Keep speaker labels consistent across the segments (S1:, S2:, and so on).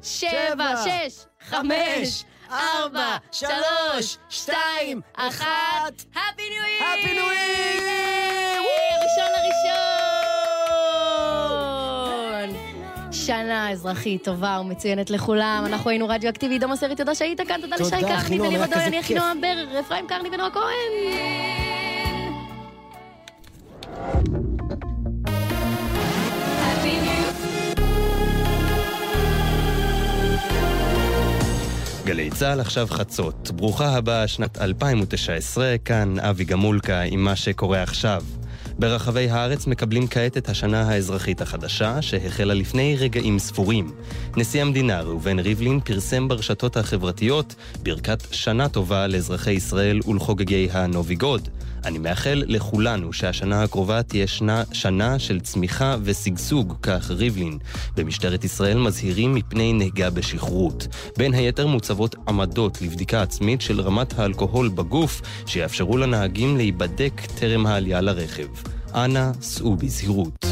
S1: 7, 6, 5, 4, 3, 2, 1. Happy New Year!
S2: Happy New Year!
S1: ראשון לראשון! שנה אזרחית טובה ומצוינת לכולם. אנחנו היינו רדיו אקטיבי, דום הסרט, תודה שהיית כאן, תודה לשי קרני, דני רדוי, אני הכי נועם בר, אפרים קרני ונועה כהן.
S3: גלי צהל עכשיו חצות. ברוכה הבאה שנת 2019, כאן אבי גמולקה עם מה שקורה עכשיו. ברחבי הארץ מקבלים כעת את השנה האזרחית החדשה, שהחלה לפני רגעים ספורים. נשיא המדינה ראובן ריבלין פרסם ברשתות החברתיות ברכת שנה טובה לאזרחי ישראל ולחוגגי הנוביגוד. אני מאחל לכולנו שהשנה הקרובה תהיה שנה של צמיחה וסגסוג, כך ריבלין. במשטרת ישראל מזהירים מפני נהיגה בשכרות. בין היתר מוצבות עמדות לבדיקה עצמית של רמת האלכוהול בגוף, שיאפשרו לנהגים להיבדק טרם העלייה לרכב. אנא, סעו בזהירות.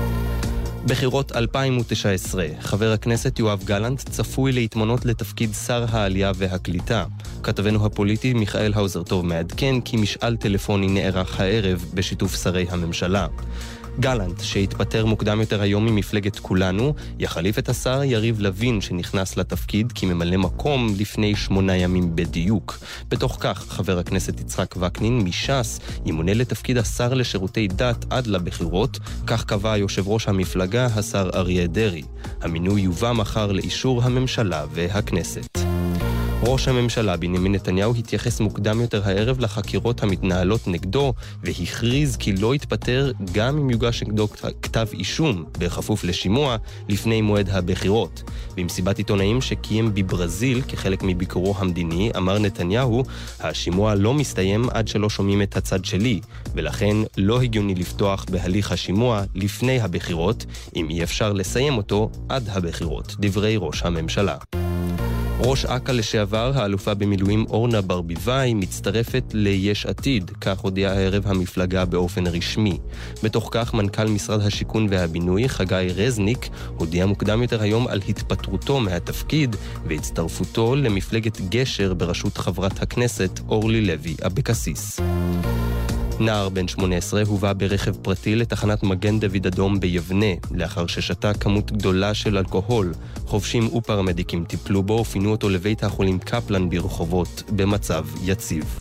S3: בחירות 2019, חבר הכנסת יואב גלנט צפוי להתמנות לתפקיד שר העלייה והקליטה. כתבנו הפוליטי מיכאל האוזר טוב מעדכן כי משאל טלפוני נערך הערב בשיתוף שרי הממשלה. גלנט, שהתפטר מוקדם יותר היום ממפלגת כולנו, יחליף את השר יריב לוין שנכנס לתפקיד כממלא מקום לפני 8 ימים בדיוק. בתוך כך, חבר הכנסת יצחק וקנין מש"ס ימונה לתפקיד השר לשירותי דת עד לבחירות, כך קבע יושב ראש המפלגה השר אריה דרעי. המינוי יובא מחר לאישור הממשלה והכנסת. ראש הממשלה בנימין נתניהו התייחס מוקדם יותר הערב לחקירות המתנהלות נגדו, והכריז כי לא יתפטר גם אם יוגש נגדו כתב אישום, בכפוף לשימוע, לפני מועד הבחירות. במסיבת עיתונאים שקיים בברזיל כחלק מביקורו המדיני, אמר נתניהו, השימוע לא מסתיים עד שלא שומעים את הצד שלי, ולכן לא הגיוני לפתוח בהליך השימוע לפני הבחירות, אם אי אפשר לסיים אותו עד הבחירות. דברי ראש הממשלה. ראש אכ"א לשעבר, האלופה במילואים אורנה ברביבאי, מצטרפת ליש עתיד, כך הודיעה הערב המפלגה באופן רשמי. בתוך כך, מנכ"ל משרד השיכון והבינוי, חגי רזניק, הודיע מוקדם יותר היום על התפטרותו מהתפקיד, והצטרפותו למפלגת גשר בראשות חברת הכנסת אורלי לוי אבקסיס. נער בן 18 הובא ברכב פרטי לתחנת מגן דוד אדום ביבנה, לאחר ששתה כמות גדולה של אלכוהול. חובשים ופרמדיקים טיפלו בו ופינו אותו לבית החולים קפלן ברחובות, במצב יציב.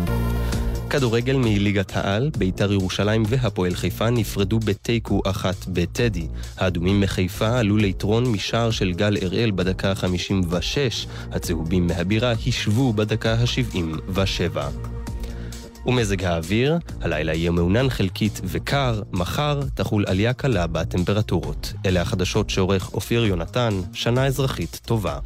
S3: כדורגל מליגת העל, בית"ר ירושלים והפועל חיפה נפרדו בתיקו 1 בטדי. האדומים מחיפה עלו ליתרון משער של גל אראל בדקה 56, הצהובים מהבירה הישבו בדקה 77. ומזג האוויר, הלילה יהיה מעונן חלקית וקר, מחר תחול עלייה קלה בטמפרטורות. אלה החדשות שעורך אופיר יונתן, שנה אזרחית טובה.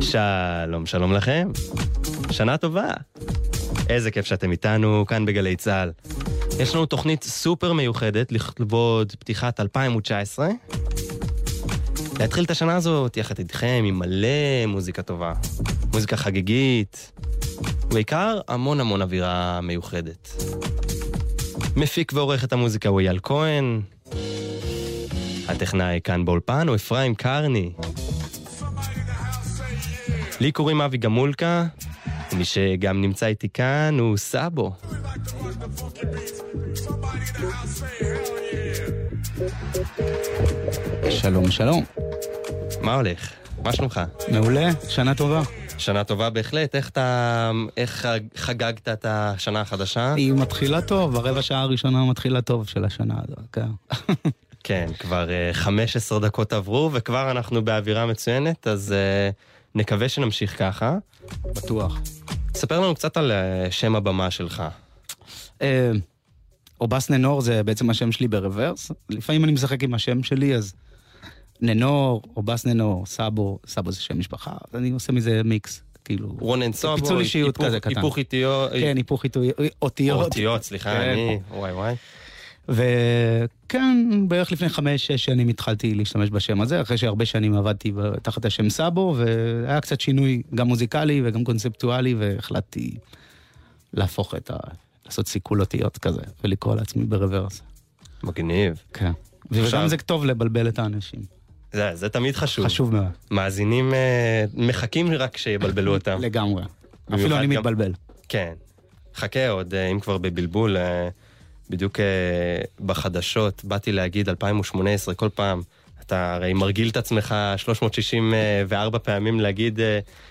S3: שלום, שלום לכם. שנה טובה. איזה כיף שאתם איתנו כאן בגלי צהל. יש לנו תוכנית סופר מיוחדת לכבוד פתיחת 2019. להתחיל את השנה הזאת יחד איתכם עם מלא מוזיקה טובה. מוזיקה חגיגית. ובעיקר המון המון אווירה מיוחדת. מפיק ועורך את המוזיקה הוא אייל כהן. הטכנאי כאן באולפן הוא אפרים קרני. לי קוראים אבי גמולקה, ומי שגם נמצא איתי כאן הוא סאבו.
S2: שלום, שלום.
S3: מה הולך? מה שלומך?
S2: מעולה, שנה טובה.
S3: שנה טובה בהחלט. איך חגגת את השנה החדשה?
S2: היא מתחילה טוב, ברבע שעה הראשונה מתחילה טוב של השנה הזאת, כן.
S3: כן, כבר 15 דקות עברו, וכבר אנחנו באווירה מצוינת, אז נקווה שנמשיך ככה.
S2: בטוח.
S3: ספר לנו קצת על שם הבמה שלך.
S2: אובס ננור זה בעצם השם שלי ברוורס. לפעמים אני משחק עם השם שלי, אז ננור, אובס ננור, סאבו, סאבו זה שם משפחה, אני עושה מזה מיקס, כאילו...
S3: רונן סאבו,
S2: פיצול אישיות כזה קטן.
S3: היפוך איטיות.
S2: כן, היפוך אותיות.
S3: אותיות, סליחה, אני... וואי.
S2: וכן, בערך לפני 5-6 שנים התחלתי להשתמש בשם הזה, אחרי שהרבה שנים עבדתי תחת השם סאבו, והיה קצת שינוי גם מוזיקלי וגם קונספטואלי, והחלטתי להפוך לעשות סיכול אותיות כזה, ולקרוא לעצמי ברוורס.
S3: מגניב.
S2: כן. וגם זה טוב לבלבל את האנשים.
S3: זה תמיד חשוב.
S2: חשוב מאוד.
S3: מאזינים מחכים רק שיבלבלו אותם.
S2: לגמרי. אפילו אני מתבלבל.
S3: כן. חכה עוד, אם כבר בבלבול, בדיוק בחדשות, באתי להגיד 2018, כל פעם, אתה הרי מרגיל את עצמך 364 פעמים להגיד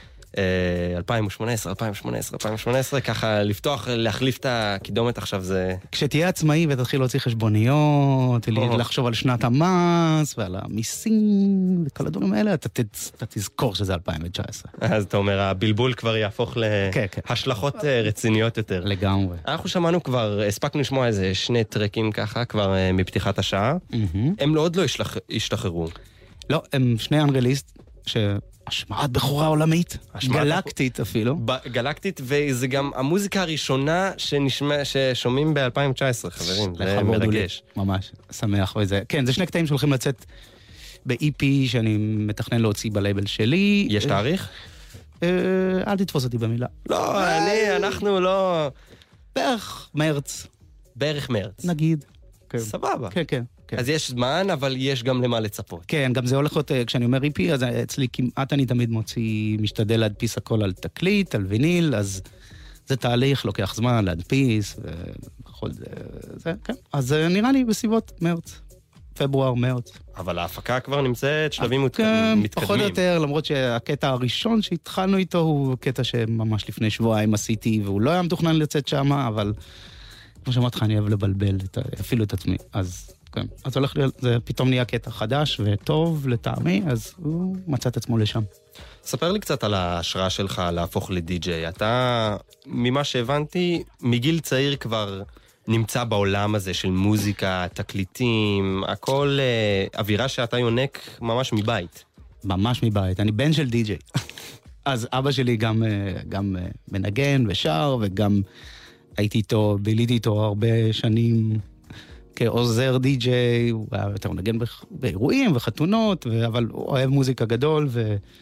S3: 2018, ככה לפתוח, להחליף את הקידומת עכשיו זה...
S2: כשתהיה עצמאי ותתחיל להוציא חשבוניות, לחשוב על שנת המס ועל המיסים וכל הדברים האלה, אתה תזכור שזה 2019.
S3: אז אתה אומר, הבלבול כבר יהפוך להשלכות רציניות יותר.
S2: לגמרי.
S3: אנחנו שמענו כבר, הספקנו לשמוע איזה 2 טרקים ככה, כבר מפתיחת השעה. הם עוד לא השתחררו. לא,
S2: הם 2 unreleased, השמעת בחורה עולמית, גלקטית אפילו.
S3: גלקטית, וזה גם המוזיקה הראשונה ששומעים ב-2019, חברים, זה מרגש.
S2: ממש, שמח וזה. כן, זה 2 קטעים שהולכים לצאת ב-EP שאני מתכנן להוציא בלייבל שלי.
S3: יש תאריך?
S2: אל תתפוס אותי במילה.
S3: לא, אנחנו לא...
S2: בערך מרץ.
S3: בערך מרץ.
S2: נגיד.
S3: סבבה.
S2: כן, כן.
S3: אז יש זמן, אבל יש גם למה לצפות.
S2: כן, גם זה הולך להיות, כשאני אומר EP, אז אצלי כמעט אני תמיד משתדל להדפיס הכל על תקליט, על ויניל, אז זה תהליך, לוקח זמן להדפיס, ובכל זה, כן. אז נראה לי בסביבות מרץ, פברואר, מרץ.
S3: אבל ההפקה כבר נמצאת, שלבים מתקדמים.
S2: כן, פחות או יותר, למרות שהקטע הראשון שהתחלנו איתו, הוא קטע שממש לפני שבועיים עשיתי, והוא לא היה מתוכנן לצאת שם, אבל כמו שאמרת לך, אני אוהב לבלבל אפילו את עצמי, אז... כן, אז הולך להיות, זה פתאום נהיה קטע חדש וטוב לטעמי, אז הוא מצא את עצמו לשם.
S3: ספר לי קצת על ההשראה שלך להפוך לדי-ג'יי. אתה, ממה שהבנתי, מגיל צעיר כבר נמצא בעולם הזה של מוזיקה, תקליטים, הכל אווירה שאתה יונק ממש מבית.
S2: ממש מבית, אני בן של די-ג'יי. אז אבא שלי גם מנגן ושר, וגם הייתי איתו, ביליתי איתו הרבה שנים... כעוזר די-ג'יי, הוא היה יותר מנגן באירועים וחתונות, אבל הוא אוהב מוזיקה גדול,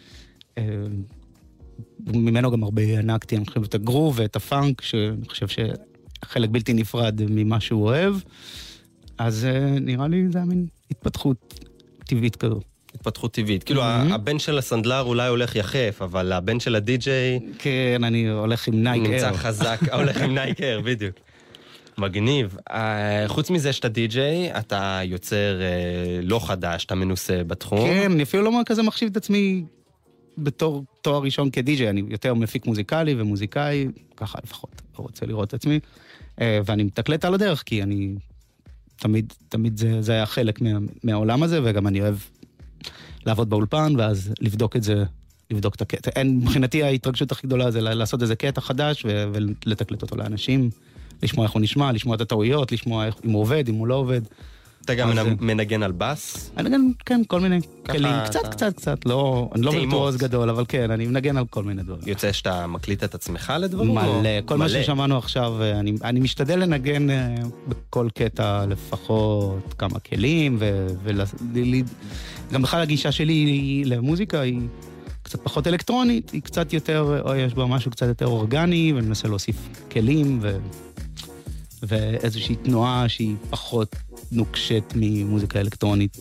S2: וממנו גם הרבה ענקתי, אני חושב, את הגרוב ואת הפאנק, שאני חושב שחלק בלתי נפרד ממה שהוא אוהב, אז נראה לי זה מין התפתחות טבעית כזו.
S3: התפתחות טבעית. כאילו, הבן של הסנדלר אולי הולך יחף, אבל הבן של הדי-ג'יי...
S2: כן, אני הולך עם נייק אר.
S3: נמצא חזק, הולך עם נייק אר, בדיוק. מגניב. חוץ מזה שאתה די-ג'יי, אתה יוצר לא חדש, אתה מנוסה בתחום.
S2: כן, אני אפילו לא כזה מחשיב את עצמי בתור תואר ראשון כדי-ג'יי, אני יותר מפיק מוזיקלי ומוזיקאי, ככה לפחות רוצה לראות את עצמי, ואני מתקלט על הדרך, כי אני תמיד זה היה חלק מהעולם הזה, וגם אני אוהב לעבוד באולפן, ואז לבדוק את זה, לבדוק את הקטע. מבחינתי ההתרגשות הכי גדולה זה לעשות איזה קטע חדש, ולתקלט אותו לאנשים, לשמוע איך הוא נשמע, לשמוע את הטעויות, לשמוע אם הוא עובד, אם הוא לא עובד.
S3: אתה גם מנגן על בס?
S2: אני מנגן, כן, כל מיני כלים, קצת, לא, אני לא וירטואוז גדול, אבל כן, אני מנגן על כל מיני דברים.
S3: יוצא שאתה מקליט את עצמך לדברים?
S2: מלא, כל מה ששמענו עכשיו, אני משתדל לנגן בכל קטע לפחות כמה כלים, וגם בכלל הגישה שלי למוזיקה היא קצת פחות אלקטרונית, היא קצת יותר, או יש בה משהו קצת יותר אורגני, ואני מנסה להוסיף כלים ואיזושהי תנועה שהיא פחות נוקשת ממוזיקה אלקטרונית,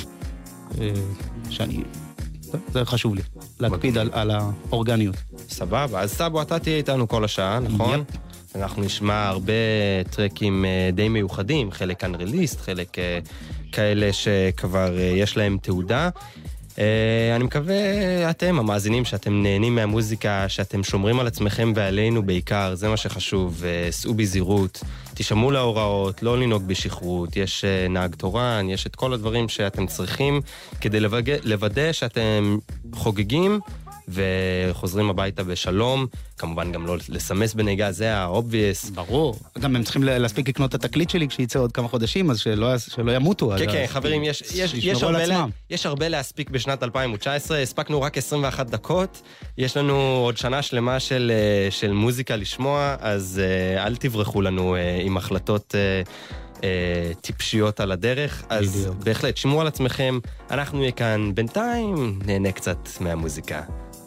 S2: זה חשוב לי, להקפיד על האורגניות.
S3: סבבה, אז סבו, אתה תהיה איתנו כל השעה, נכון? אנחנו נשמע הרבה טרקים די מיוחדים, חלק אנרליסט, חלק כאלה שכבר יש להם תעודה. אני מקווה, אתם, המאזינים, שאתם נהנים מהמוזיקה, שאתם שומרים על עצמכם ועלינו בעיקר, זה מה שחשוב, סעו בזהירות, תשמעו להוראות, לא לנהוג בשכרות, יש נהג תורן, יש את כל הדברים שאתם צריכים כדי לוודא שאתם חוגגים וחוזרים הביתה בשלום, כמובן גם לא לסמס בנהיגה, זה ה-obvious.
S2: ברור, גם הם צריכים להספיק לקנות את התקליט שלי כשיצא עוד כמה חודשים, אז שלא ימותו.
S3: כן, חברים, יש הרבה להספיק בשנת 2019, הספקנו רק 21 דקות, יש לנו עוד שנה שלמה של מוזיקה לשמוע, אז אל תברחו לנו עם החלטות טיפשיות על הדרך, אז בהחלט, שמרו על עצמכם, אנחנו נהיה כאן בינתיים, נהנה קצת מהמוזיקה.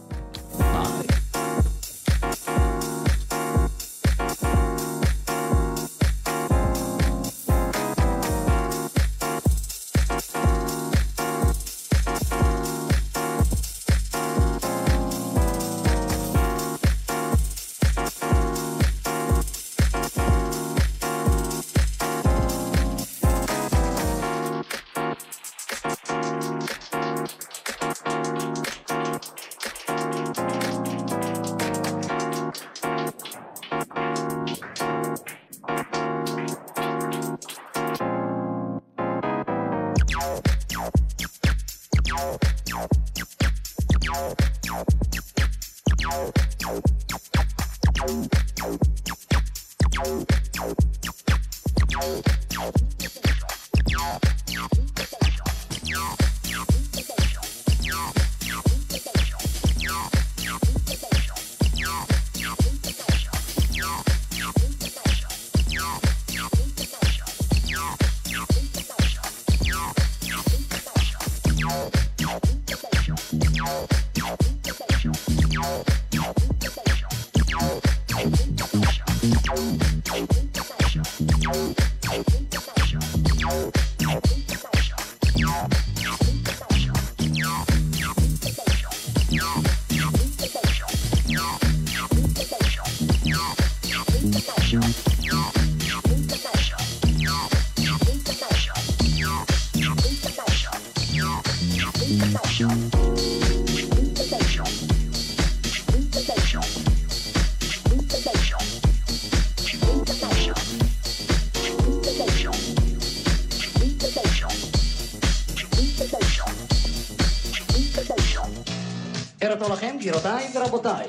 S4: ערב טוב לכם, גבירותיי ורבותיי.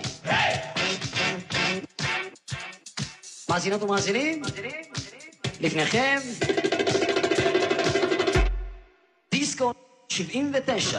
S4: מאזינות ומאזינים, לפניכם דיסקו 79.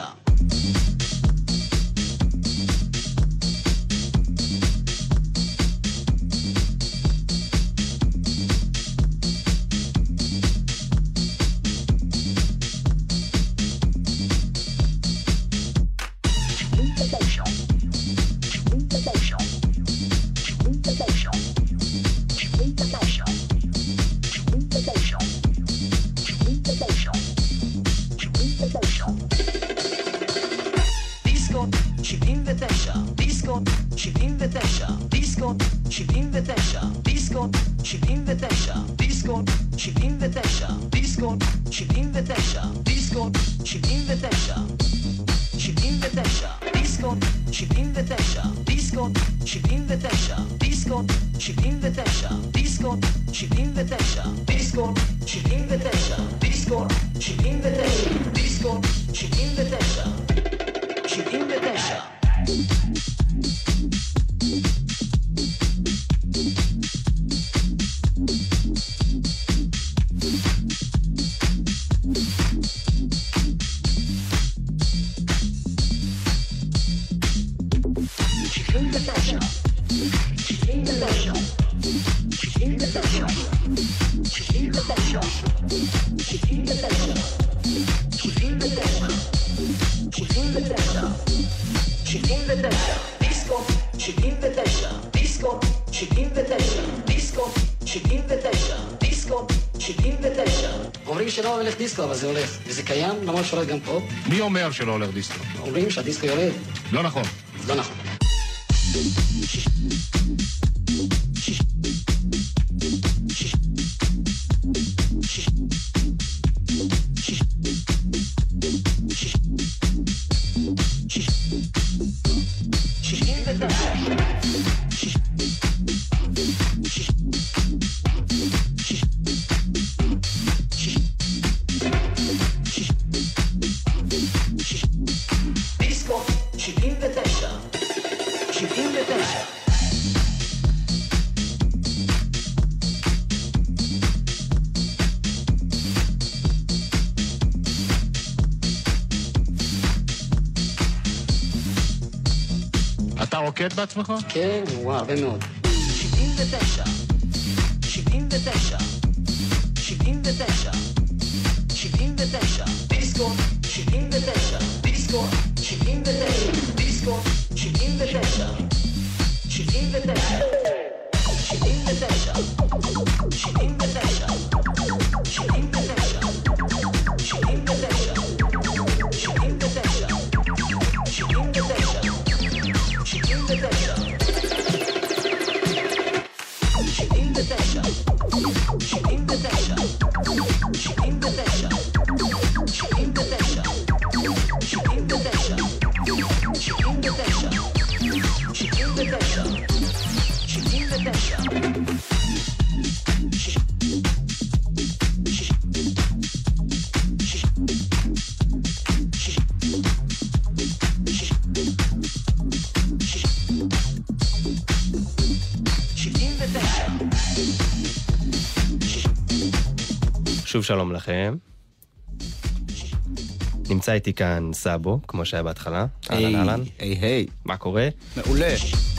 S4: דיסקו 79, דיסקו 79, דיסקו 79, דיסקו 79. אומרים שלא הולך דיסקו, אבל זה הולך, וזה קיים, למרות שולט גם פה.
S5: מי אומר שלא הולך דיסקו?
S4: אומרים שהדיסקו יורד.
S5: לא נכון.
S4: לא נכון. דיסקו 79, 79.
S5: אתה רוקד בעצמך?
S4: כן, וואו, הרבה מאוד. 79, 79, 79, 79, דיסקו 79, דיסקו 79, דיסקו 79, 79, 79, 79,
S3: שוב שלום לכם. נמצא איתי כאן סאבו, כמו שהיה בהתחלה. אהלן, אהלן.
S2: היי.
S3: מה קורה?
S2: מעולה.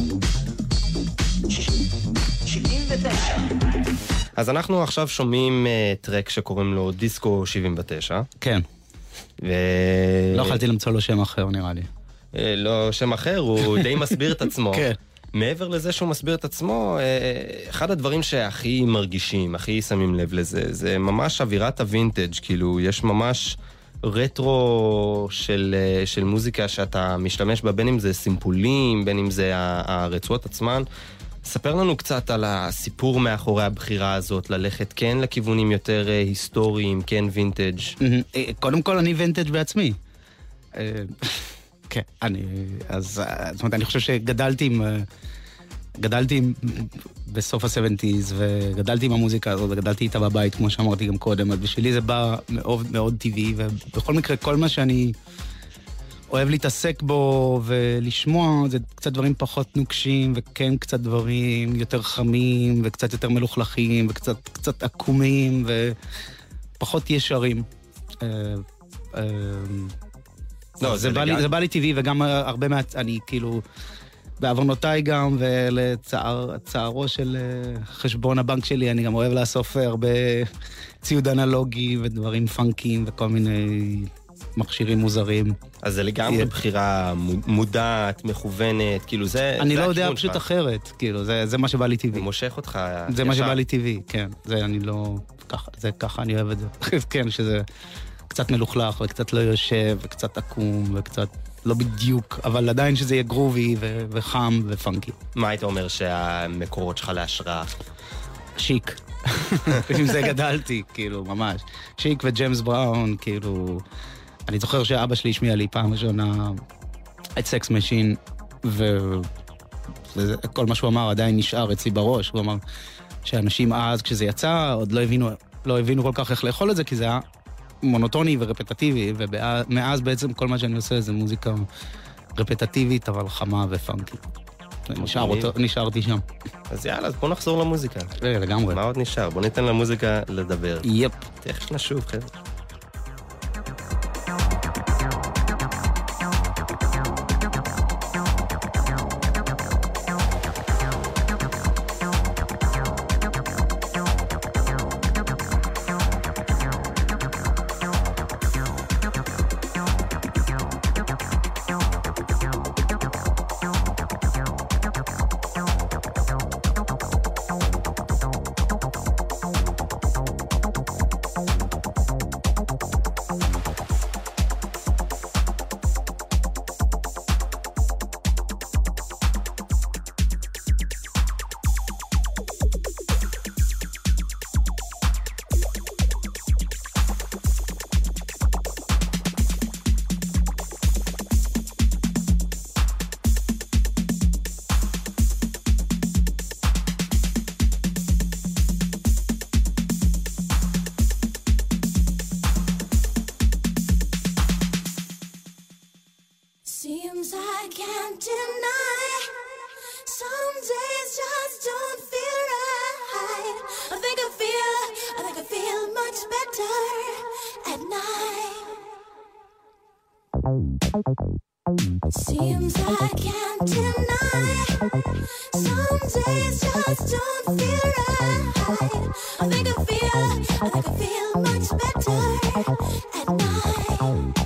S3: אז אנחנו עכשיו שומעים טרק שקוראים לו דיסקו 79.
S2: כן. לא יכולתי למצוא לו שם אחר, נראה לי.
S3: לא שם אחר, הוא די מסביר את עצמו.
S2: כן.
S3: מעבר לזה שהוא מסביר את עצמו, אחד הדברים שהכי מרגישים, הכי שמים לב לזה, זה ממש אווירת הווינטג', כאילו יש ממש רטרו של מוזיקה שאתה משתמש בה, בין אם זה סימפולים, בין אם זה הרצועות עצמן. ספר לנו קצת על הסיפור מאחורי הבחירה הזאת, ללכת כן לכיוונים יותר היסטוריים, כן וינטג'.
S2: קודם כל אני וינטג' בעצמי. כן, זאת אומרת, אני חושב שגדלתי בסוף ה-70s, וגדלתי עם המוזיקה הזאת, וגדלתי איתה בבית, כמו שאמרתי גם קודם, אז בשבילי זה בא מאוד מאוד טבעי, ובכל מקרה, כל מה שאני אוהב להתעסק בו ולשמוע, זה קצת דברים פחות נוקשים, וכן קצת דברים יותר חמים, וקצת יותר מלוכלכים, וקצת עקומים, ופחות ישרים. לא, זה בא לי טבעי, וגם הרבה אני כאילו, בעוונותיי גם, ולצערו של חשבון הבנק שלי, אני גם אוהב לאסוף הרבה ציוד אנלוגי, ודברים פאנקים, וכל מיני מכשירים מוזרים.
S3: אז זה לגמרי בחירה מודעת, מכוונת, כאילו זה...
S2: אני לא יודע פשוט אחרת, כאילו, זה מה שבא לי טבעי.
S3: הוא מושך אותך...
S2: זה מה שבא לי טבעי, כן. זה אני לא... ככה אני אוהב את זה. כן, שזה... קצת מלוכלך, וקצת לא יושב, וקצת עקום, וקצת לא בדיוק, אבל עדיין שזה יהיה גרובי וחם ופאנקי.
S3: מה היית אומר שהמקורות שלך להשראה?
S2: שיק. עם זה גדלתי, כאילו, ממש. שיק וג'יימס בראון, כאילו... אני זוכר שאבא שלי השמיע לי פעם ראשונה את סקס משין, וכל מה שהוא אמר עדיין נשאר אצלי בראש. הוא אמר שאנשים אז, כשזה יצא, עוד לא הבינו כל כך איך לאכול את זה, כי זה היה מונוטוני ורפטטיבי, ומאז בעצם כל מה שאני עושה זה מוזיקה רפטטיבית, אבל חמה ופאנקית. נשארתי שם.
S3: אז יאללה, אז בוא נחזור למוזיקה.
S2: לגמרי.
S3: מה עוד נשאר? בוא ניתן למוזיקה לדבר.
S2: יפ.
S3: תכף נשוב, חבר'ה.
S6: can't deny. Some days just don't feel right. I think I feel much better at night. Seems I can't deny. Some days just don't feel right. I think I feel much better at night.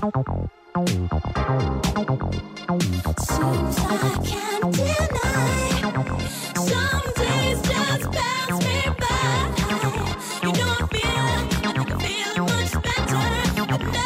S6: Seems I can't deny. Some days just pass me by. You know I feel much better at night.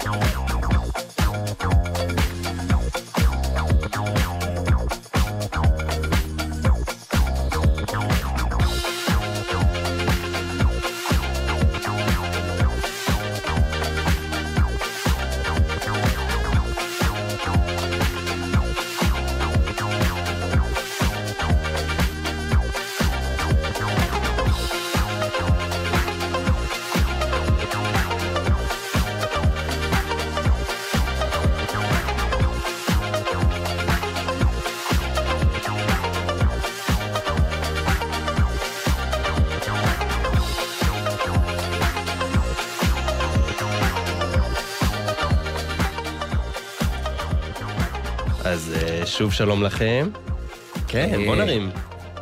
S3: אז שוב שלום לכם. כן, בוא נרים.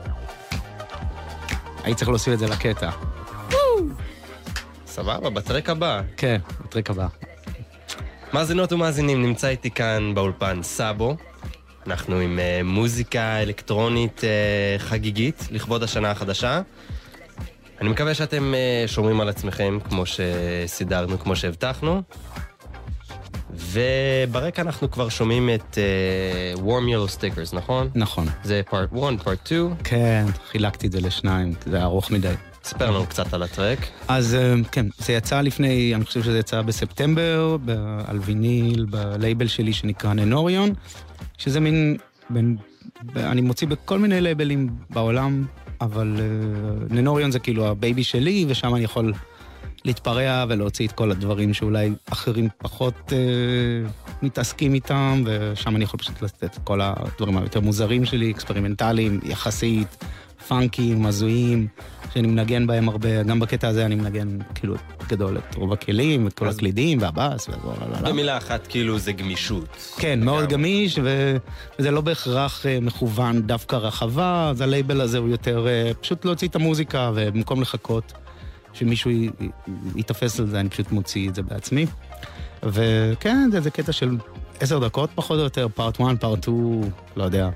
S2: הייתי צריך להוסיף את זה לקטע.
S3: סבבה, בטרק הבא.
S2: כן, בטרק הבא.
S3: מאזינות ומאזינים, נמצא איתי כאן באולפן סאבו. אנחנו עם מוזיקה אלקטרונית חגיגית לכבוד השנה החדשה. אני מקווה שאתם שומרים על עצמכם כמו שסידרנו, כמו שהבטחנו. וברקע אנחנו כבר שומעים את Warm Yellow Stickers, נכון?
S2: נכון.
S3: זה part 1, part 2.
S2: כן, חילקתי את זה לשניים, זה ארוך מדי.
S3: ספר לנו קצת על הטרק.
S2: אז כן, זה יצא לפני, אני חושב שזה יצא בספטמבר, על ויניל, בלייבל שלי שנקרא ננוריון, שזה מין, אני מוציא בכל מיני לייבלים בעולם, אבל ננוריון זה כאילו הבייבי שלי, ושם אני יכול להתפרע ולהוציא את כל הדברים שאולי אחרים פחות מתעסקים איתם, ושם אני יכול פשוט לתת את כל הדברים היותר מוזרים שלי, אקספרימנטליים, יחסית, פאנקים, הזויים, שאני מנגן בהם הרבה. גם בקטע הזה אני מנגן כאילו גדול את רוב הכלים, את כל הקלידים והבאס.
S3: במילה אחת כאילו זה גמישות.
S2: כן, מאוד גמיש, וזה לא בהכרח מכוון דווקא רחבה, אז הלייבל הזה הוא יותר פשוט להוציא את המוזיקה, ובמקום לחכות שמישהו יתפס על זה, אני פשוט מוציא את זה בעצמי. וכן, זה קטע של 10 דקות פחות או יותר, פארט 1, פארט 2, לא יודע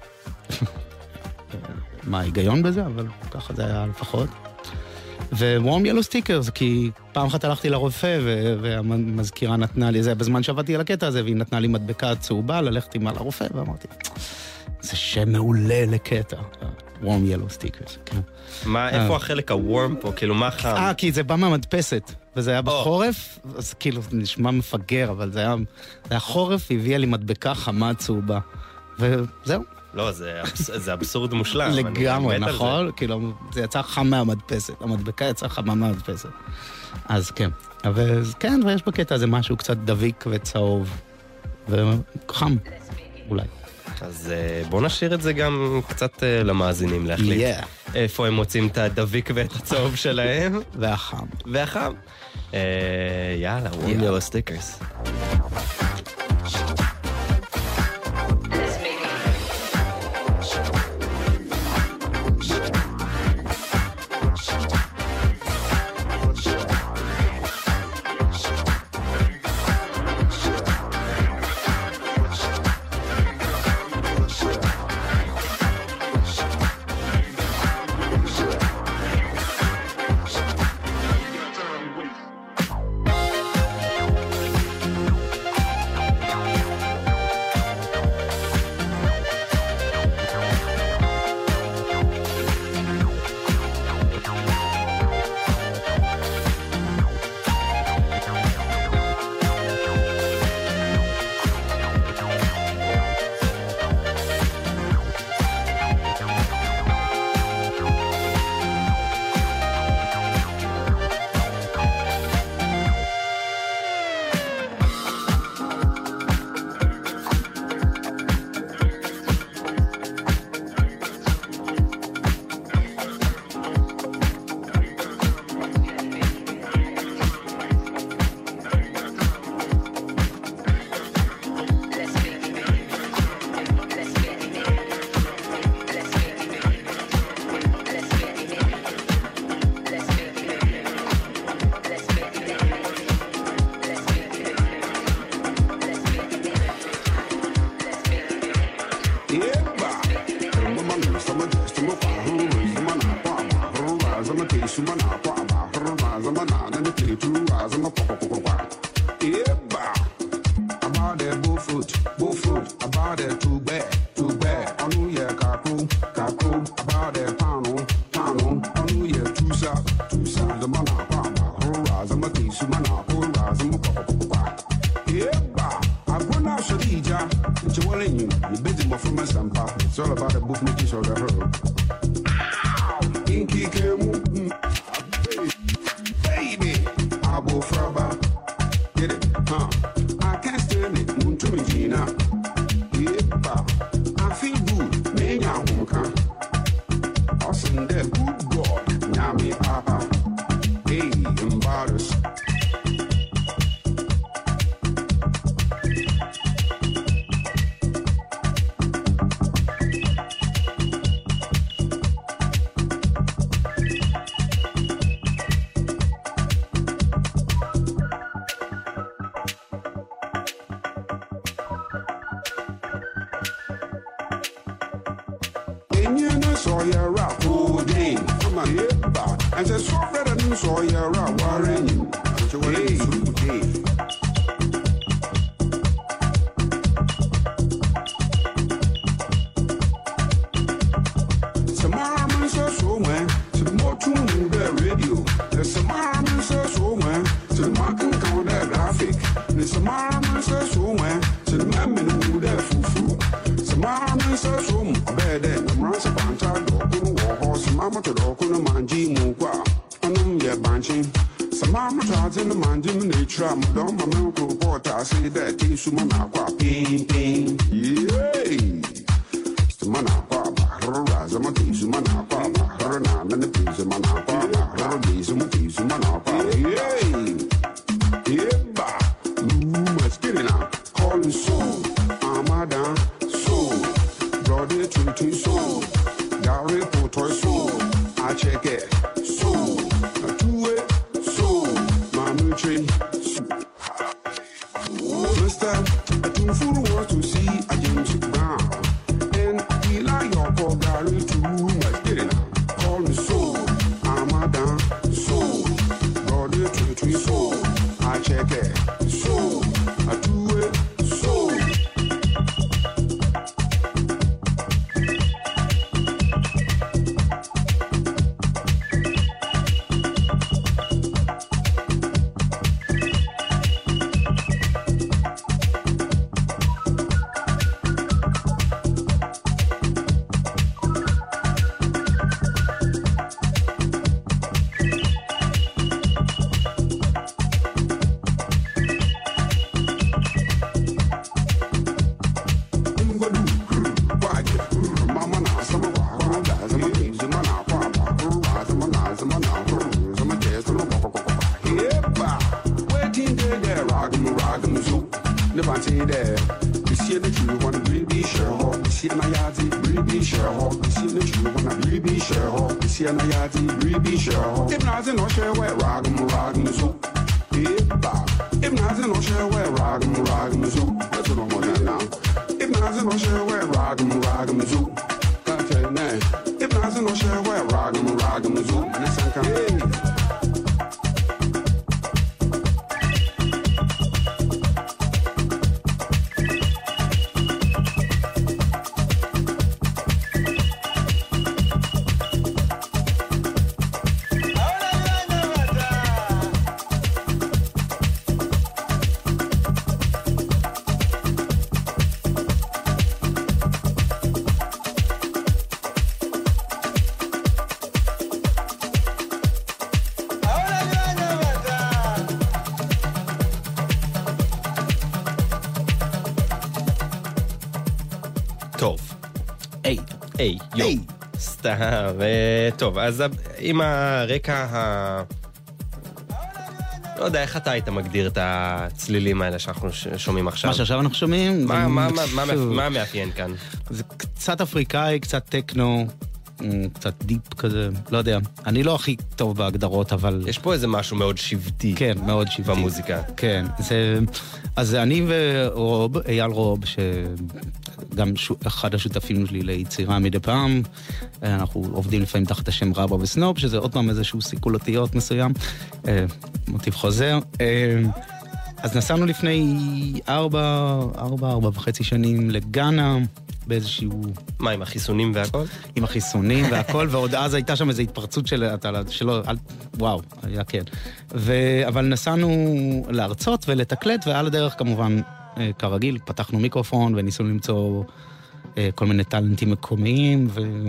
S2: מה ההיגיון בזה, אבל ככה זה היה לפחות. ו-Warm Yellow Stickers, כי פעם אחת הלכתי לרופא, והמזכירה נתנה לי, זה בזמן שעבדתי על הקטע הזה, והיא נתנה לי מדבקה צהובה, ללכת עם על הרופא, ואמרתי, זה שם מעולה לקטע. Warm Yellow Stickers, כן.
S3: מה, איפה החלק הוורם פה? כאילו, מה חם?
S2: כי זה בא מהמדפסת, וזה היה בחורף, אז כאילו, זה נשמע מפגר, אבל זה היה חורף, הביאה לי מדבקה חמה צהובה, וזהו. לא,
S3: זה אבסורד מושלם.
S2: לגמרי, נכון? כאילו, זה יצא חם מהמדפסת, המדבקה יצא חמה מהמדפסת. אז כן, אבל כן, ויש בקטע הזה משהו קצת דביק וצהוב, וחם, אולי.
S3: אז בואו נשאיר את זה גם קצת למאזינים להחליט. איפה הם מוצאים את הדביק ואת הצהוב שלהם.
S2: והחם.
S3: יאללה, Warm Yellow Stickers.
S7: Shadija, Jawalin, the busy from my sampa. It's all about the book making sure the herb. Inky Kemu, baby, Abo Fraba. Get it, huh? I can't stand it, Muntumina. Yeah, I feel good, Nanya Hunka. Awesome, that good God, Yami Papa. Hey, embarrassed. And says, so better than so you're a warren. Hey, some armor says so man, to the more tune in the radio. There's some armor says so man, to the marking count that graphic. There's some armor says so man, to the man who there fufu. Some armor says so bad, and the Marsa Panta, horse, Mamma to the Okuna Manji Mukwa. Some mama tried in the mandim and they try my dumb my milk report. I say that tea sumanaqua ping ping. Yay! Sumanaqua, Raza Matis, Manaqua, Harana, and the piece of Manaqua, Haradis, and Matis, Manaqua. Yay! Yeba! Let's get it out. Calling soul, Amada, soul, Brother Trinity soul, Gary Potoy soul. I check it, soul. Mister, a two fool wants to see a James Brown. And he like your call Gary too much. Get it now. Call me soul. I'm a down soul. Brother Tree soul. I check it. Soul. I do it. Soul. If not, no share where rag'em zoo. If not, no share where rag'em zoo. That's what I'm on now. If not, no share where rag'em zoo. Can't tell you now. If not, no share where rag'em zoo. And it's some kind of
S3: סתם, טוב, אז עם הרקע לא יודע, איך אתה היית מגדיר את הצלילים האלה שאנחנו שומעים עכשיו?
S2: מה שעכשיו אנחנו שומעים?
S3: מה מאפיין כאן?
S2: זה קצת אפריקאי, קצת טקנו, קצת דיפ כזה, לא יודע. אני לא הכי טוב בהגדרות, אבל...
S3: יש פה איזה משהו מאוד שבטי.
S2: כן, מאוד שבטי.
S3: במוזיקה.
S2: כן, אז אני ורוב, אייל רוב, גם אחד השותפים שלי ליצירה מדי פעם, אנחנו עובדים לפעמים תחת השם רבא וסנופ, שזה עוד פעם איזשהו סיכול אותיות מסוים, מוטיב חוזר. אז נסענו לפני 4.5 שנים לגאנה, באיזשהו...
S3: מה, עם החיסונים והכל?
S2: עם החיסונים והכל, ועוד אז הייתה שם איזו התפרצות שלו, וואו, היה כן. אבל נסענו לארצות ולתקלט, ועל הדרך כמובן כרגיל, פתחנו מיקרופון וניסינו למצוא כל מיני טלנטים מקומיים,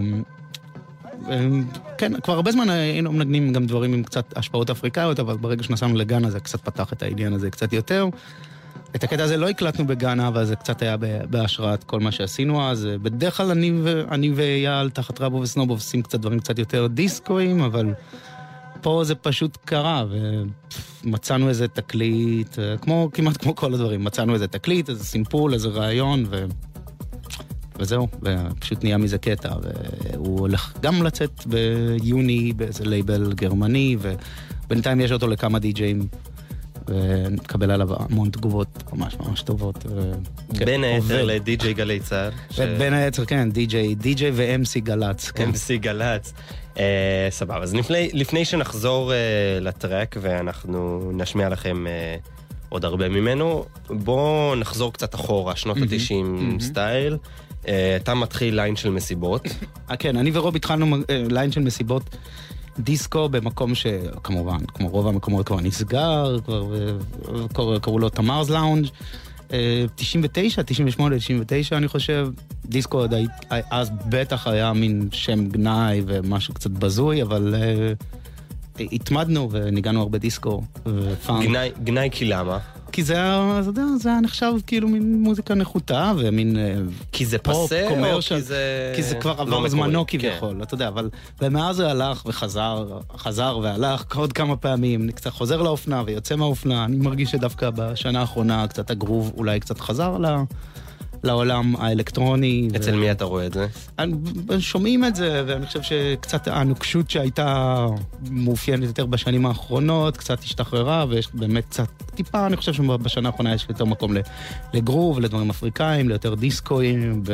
S2: כן, כבר הרבה זמן היינו מנגנים גם דברים עם קצת השפעות אפריקאיות, אבל ברגע שנסענו לגאנה זה קצת פתח את העניין הזה קצת יותר. את הקטע הזה לא הקלטנו בגאנה, אבל זה קצת היה בהשראת כל מה שעשינו אז. בדרך כלל אני ואייל תחת רבו וסנובו עושים קצת דברים קצת יותר דיסקויים, אבל פה זה פשוט קרה, ומצאנו איזה תקליט, כמעט כמו כל הדברים, מצאנו איזה תקליט, איזה סימפול, איזה רעיון, וזהו, ופשוט נהיה מזה קטע, והוא הולך גם לצאת ביוני באיזה לייבל גרמני, ובינתיים יש אותו לכמה די-ג'יים, ונקבל עליו המון תגובות ממש ממש טובות.
S3: בין היתר לדי-ג'יי גלי צה"ל.
S2: בין היתר, כן, די-ג'יי ו-MC גלץ.
S3: MC גלץ. סבבה, אז לפני שנחזור לטרק, ואנחנו נשמיע לכם עוד הרבה ממנו, בואו נחזור קצת אחורה, שנות ה-90 סטייל. אתה מתחיל ליין של מסיבות.
S2: כן, אני ורוב התחלנו ליין של מסיבות דיסקו במקום שכמובן, כמו רוב המקומות כבר נסגר, כבר קראו לו תמרס לאונג' 99, 98, 99 אני חושב. דיסקו אז בטח היה מין שם גנאי ומשהו קצת בזוי, אבל התמדנו וניגענו הרבה דיסקו ופאנק.
S3: גנאי כי למה?
S2: כי זה היה נחשב כאילו מין מוזיקה נחותה ומין
S3: כי זה פסה או
S2: כי זה כבר עבר זמנו כביכול, אתה יודע, אבל ומאז זה הלך וחזר והלך עוד כמה פעמים, קצת חוזר לאופנה ויוצא מהאופנה. אני מרגיש שדווקא בשנה האחרונה קצת הגרוב אולי קצת חזר לעולם האלקטרוני.
S3: אצל מי אתה רואה את זה?
S2: שומעים את זה, ואני חושב שקצת הנוקשות שהייתה מאופיינת יותר בשנים האחרונות, קצת השתחררה, ויש באמת קצת טיפה, אני חושב שבשנה האחרונה יש יותר מקום לגרוב, לדברים אפריקאים, ליותר דיסקויים,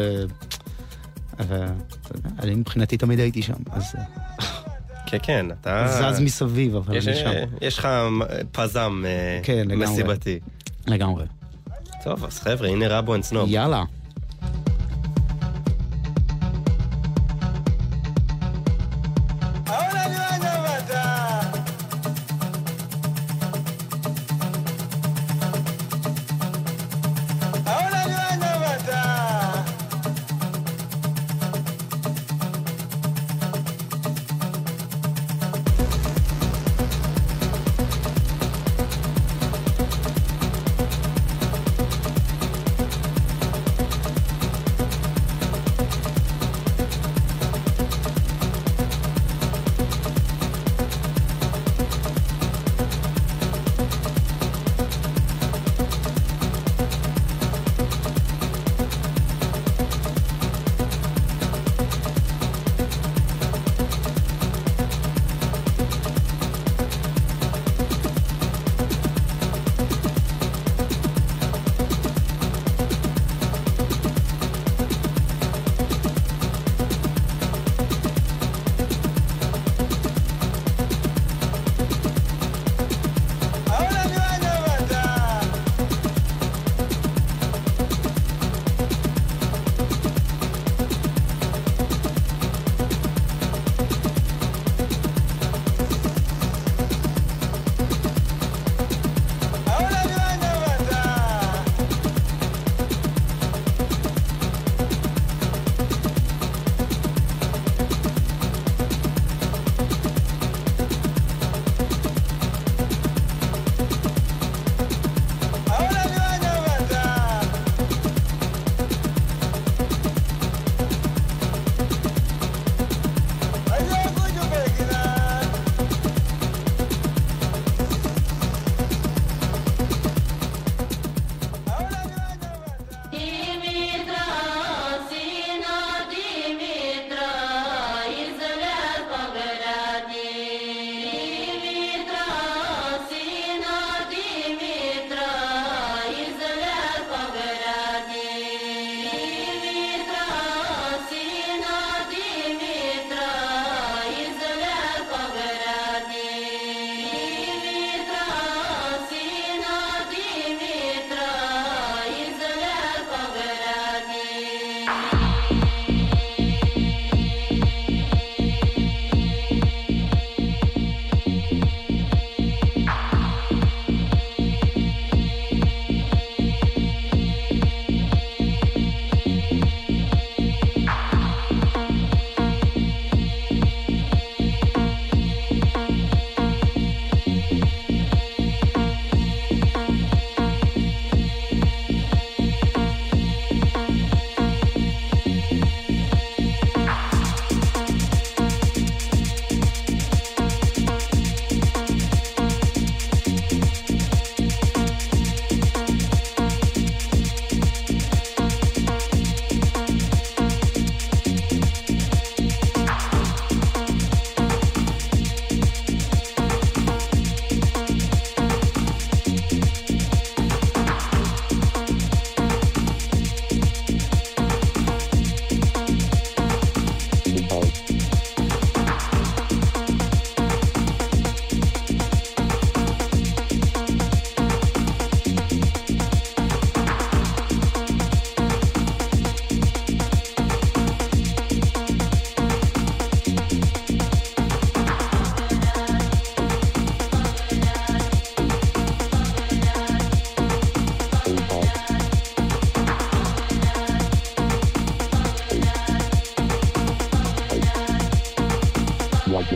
S2: אני מבחינתי תמיד הייתי שם, אז
S3: כן, אתה
S2: זז מסביב, אבל אני שם.
S3: יש לך פזם מסיבתי.
S2: לגמרי.
S3: טוב, אז חבר'ה, הנה רבו אנד סנוב.
S2: יאללה.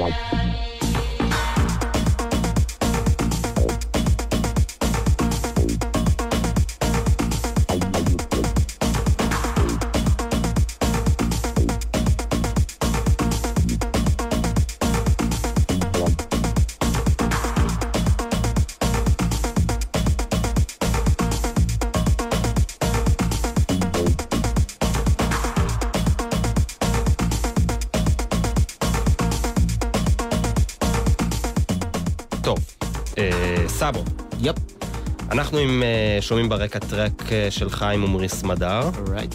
S3: סאבו.
S2: יפ.
S3: אנחנו שומעים ברקע טרק של חיים ומריס מדר.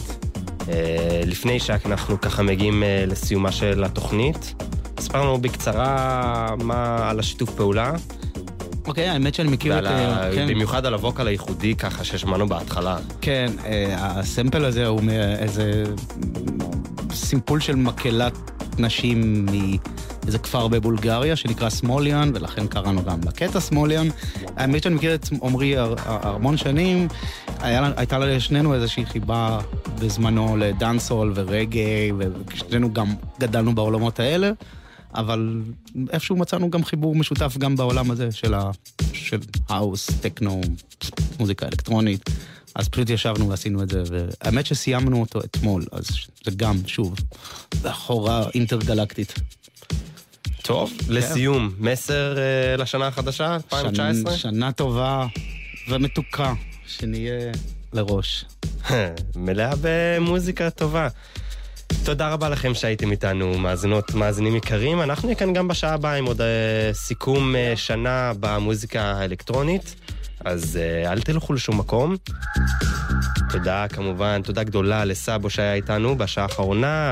S3: לפני שאנחנו ככה מגיעים לסיומה של התוכנית, ספרנו בקצרה על השיתוף פעולה.
S2: אוקיי, האמת שאני מכיר את...
S3: במיוחד על הווקל הייחודי ככה ששמענו בהתחלה.
S2: כן, הסמפל הזה הוא מאיזה סימפול של מקהלת נשים מאיזה כפר בבולגריה שנקרא סמוליאן, ולכן קראנו גם לקטע סמוליאן. האמת שאני מכיר את עומרי המון שנים, הייתה לשנינו איזושהי חיבה בזמנו לדאנסול ורגי, ושנינו גם גדלנו בעולמות האלה, אבל איפשהו מצאנו גם חיבור משותף גם בעולם הזה של האוס, טכנו, מוזיקה אלקטרונית. אז פשוט ישבנו ועשינו את זה, והאמת שסיימנו אותו אתמול, אז זה גם, שוב, בחורה אינטרגלקטית.
S3: טוב, לסיום, מסר לשנה החדשה, 2019?
S2: שנה טובה ומתוקה, שנהיה לראש.
S3: מלאה במוזיקה טובה. תודה רבה לכם שהייתם איתנו, מאזינות, מאזינים יקרים. אנחנו כאן גם בשעה הבאה עם עוד סיכום שנה במוזיקה האלקטרונית. אז אל תלכו לשום מקום. תודה כמובן, תודה גדולה לסאבו שהיה איתנו בשעה האחרונה.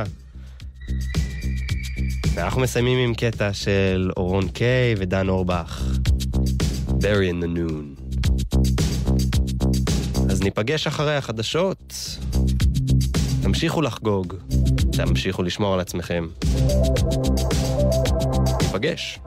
S3: ואנחנו מסיימים עם קטע של אורון קיי ודן אורבך. Bury in the Noon. אז ניפגש אחרי החדשות. תמשיכו לחגוג. תמשיכו לשמור על עצמכם. ניפגש.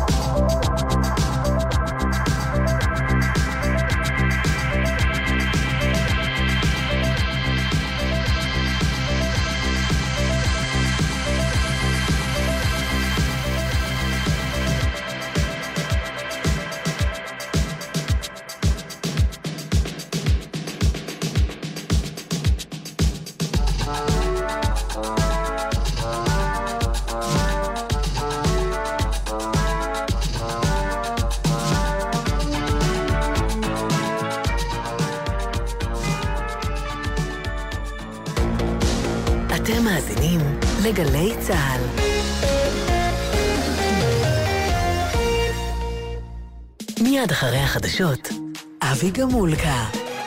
S8: אתם מאזינים לגלי צהל. מיד אחרי החדשות, אבי גמולקה.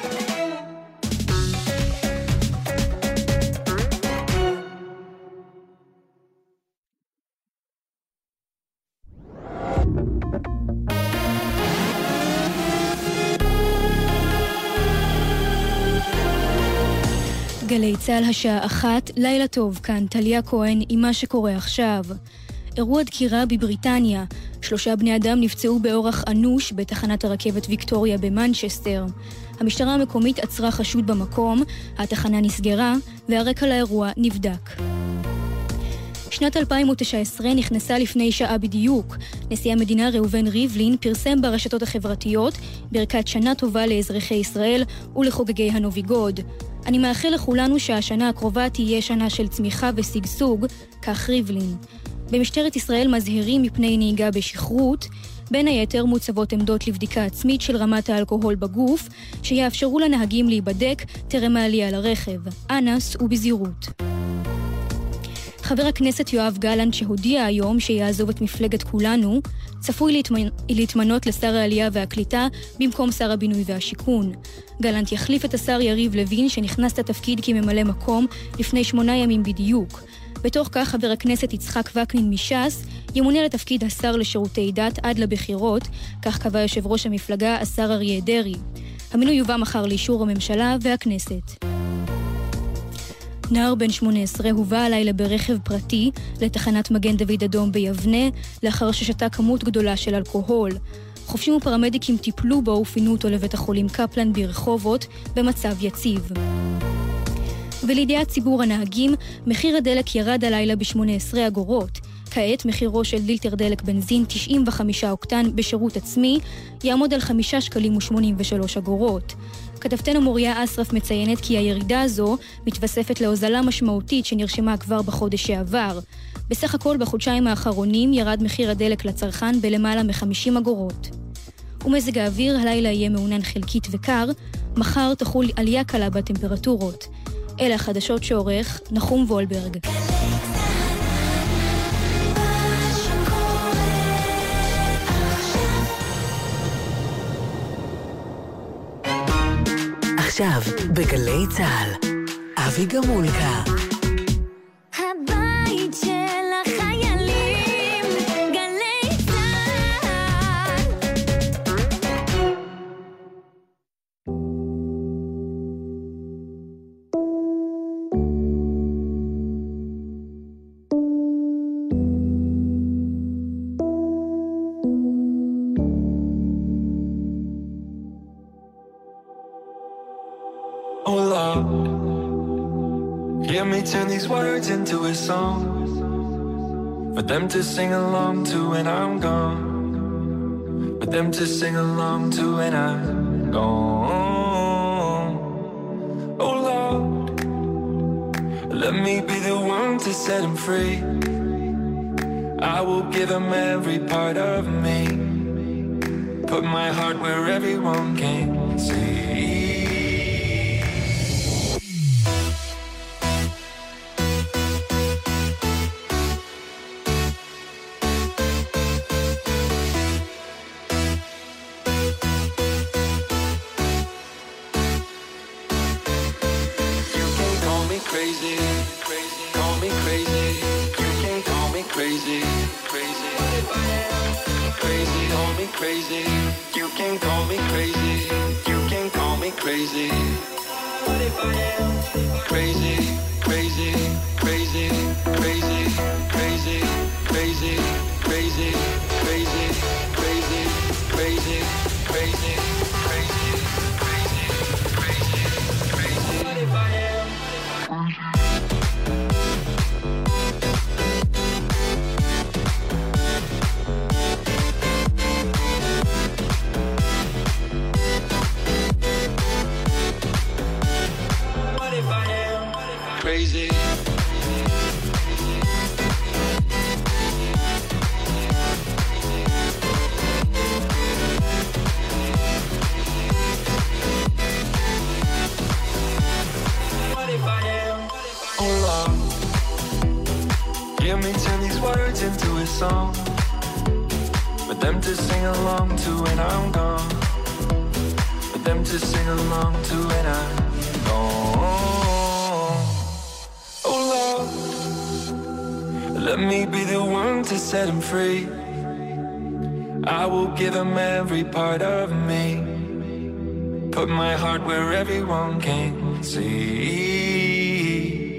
S9: גלי צהל השעה 1, לילה טוב, כאן טליה כהן עם מה שקורה עכשיו. אירוע דקירה בבריטניה, 3 בני אדם נפצעו באורח אנוש בתחנת הרכבת ויקטוריה במנצ'סטר. המשטרה המקומית עצרה חשוד במקום, התחנה נסגרה והרקע לאירוע נבדק. שנת 2019 נכנסה לפני שעה בדיוק. נשיא המדינה ראובן ריבלין פרסם ברשתות החברתיות ברכת שנה טובה לאזרחי ישראל ולחוגגי הנוביגוד. אני מאחל לכולנו שהשנה הקרובה תהיה שנה של צמיחה וסגסוג, כך ריבלין. במשטרת ישראל מזהירים מפני נהיגה בשכרות, בין היתר מוצבות עמדות לבדיקה עצמית של רמת האלכוהול בגוף, שיאפשרו לנהגים להיבדק טרם העלייה לרכב. אנס ובזהירות. חבר הכנסת יואב גלנט שהודיע היום שיעזוב את מפלגת כולנו, צפוי להתמנות לשר העלייה והקליטה במקום שר הבינוי והשיכון. גלנט יחליף את השר יריב לוין שנכנס לתפקיד כממלא מקום לפני 8 ימים בדיוק. בתוך כך חבר הכנסת יצחק וקנין מש"ס ימונה לתפקיד השר לשירותי דת עד לבחירות, כך קבע יושב ראש המפלגה השר אריה דרעי. המינוי יובא מחר לאישור הממשלה והכנסת. נער בן 18 הובא הלילה ברכב פרטי לתחנת מגן דוד אדום ביבנה, לאחר ששתה כמות גדולה של אלכוהול. חופשים ופרמדיקים טיפלו בו ופינו אותו לבית החולים קפלן ברחובות במצב יציב. ולידיעת ציבור הנהגים, מחיר הדלק ירד הלילה ב-18 אגורות. כעת מחירו של ליטר דלק בנזין 95 אוקטן בשירות עצמי יעמוד על 5.83 שקלים. כתבתנו מוריה אסרף מציינת כי הירידה הזו מתווספת להוזלה משמעותית שנרשמה כבר בחודש שעבר. בסך הכל בחודשיים האחרונים ירד מחיר הדלק לצרכן בלמעלה מ-50 אגורות. ומזג האוויר הלילה יהיה מעונן חלקית וקר, מחר תחול עלייה קלה בטמפרטורות. אלה החדשות שעורך נחום וולברג.
S8: עכשיו בגלי צהל, אבי גמולקה.
S6: הבית של החיילים, גלי צהל.
S10: Oh Lord, hear me turn these words into a song for them to sing along to when I'm gone, for them to sing along to when I'm gone. Oh Lord, let me be the one to set them free. I will give them every part of me, put my heart where everyone can see. Crazy, you can call me crazy. You can call me crazy. What if I am crazy, crazy, crazy, crazy, crazy, crazy, crazy, crazy, crazy, crazy, crazy, crazy, crazy, crazy, crazy? What if I am? Crazy. What if I am? Oh Lord, hear me turn these words into a song for them to sing along to when I'm gone, for them to sing along to when I'm gone. Let me be the one to set him free. I will give him every part of me, put my heart where everyone can see.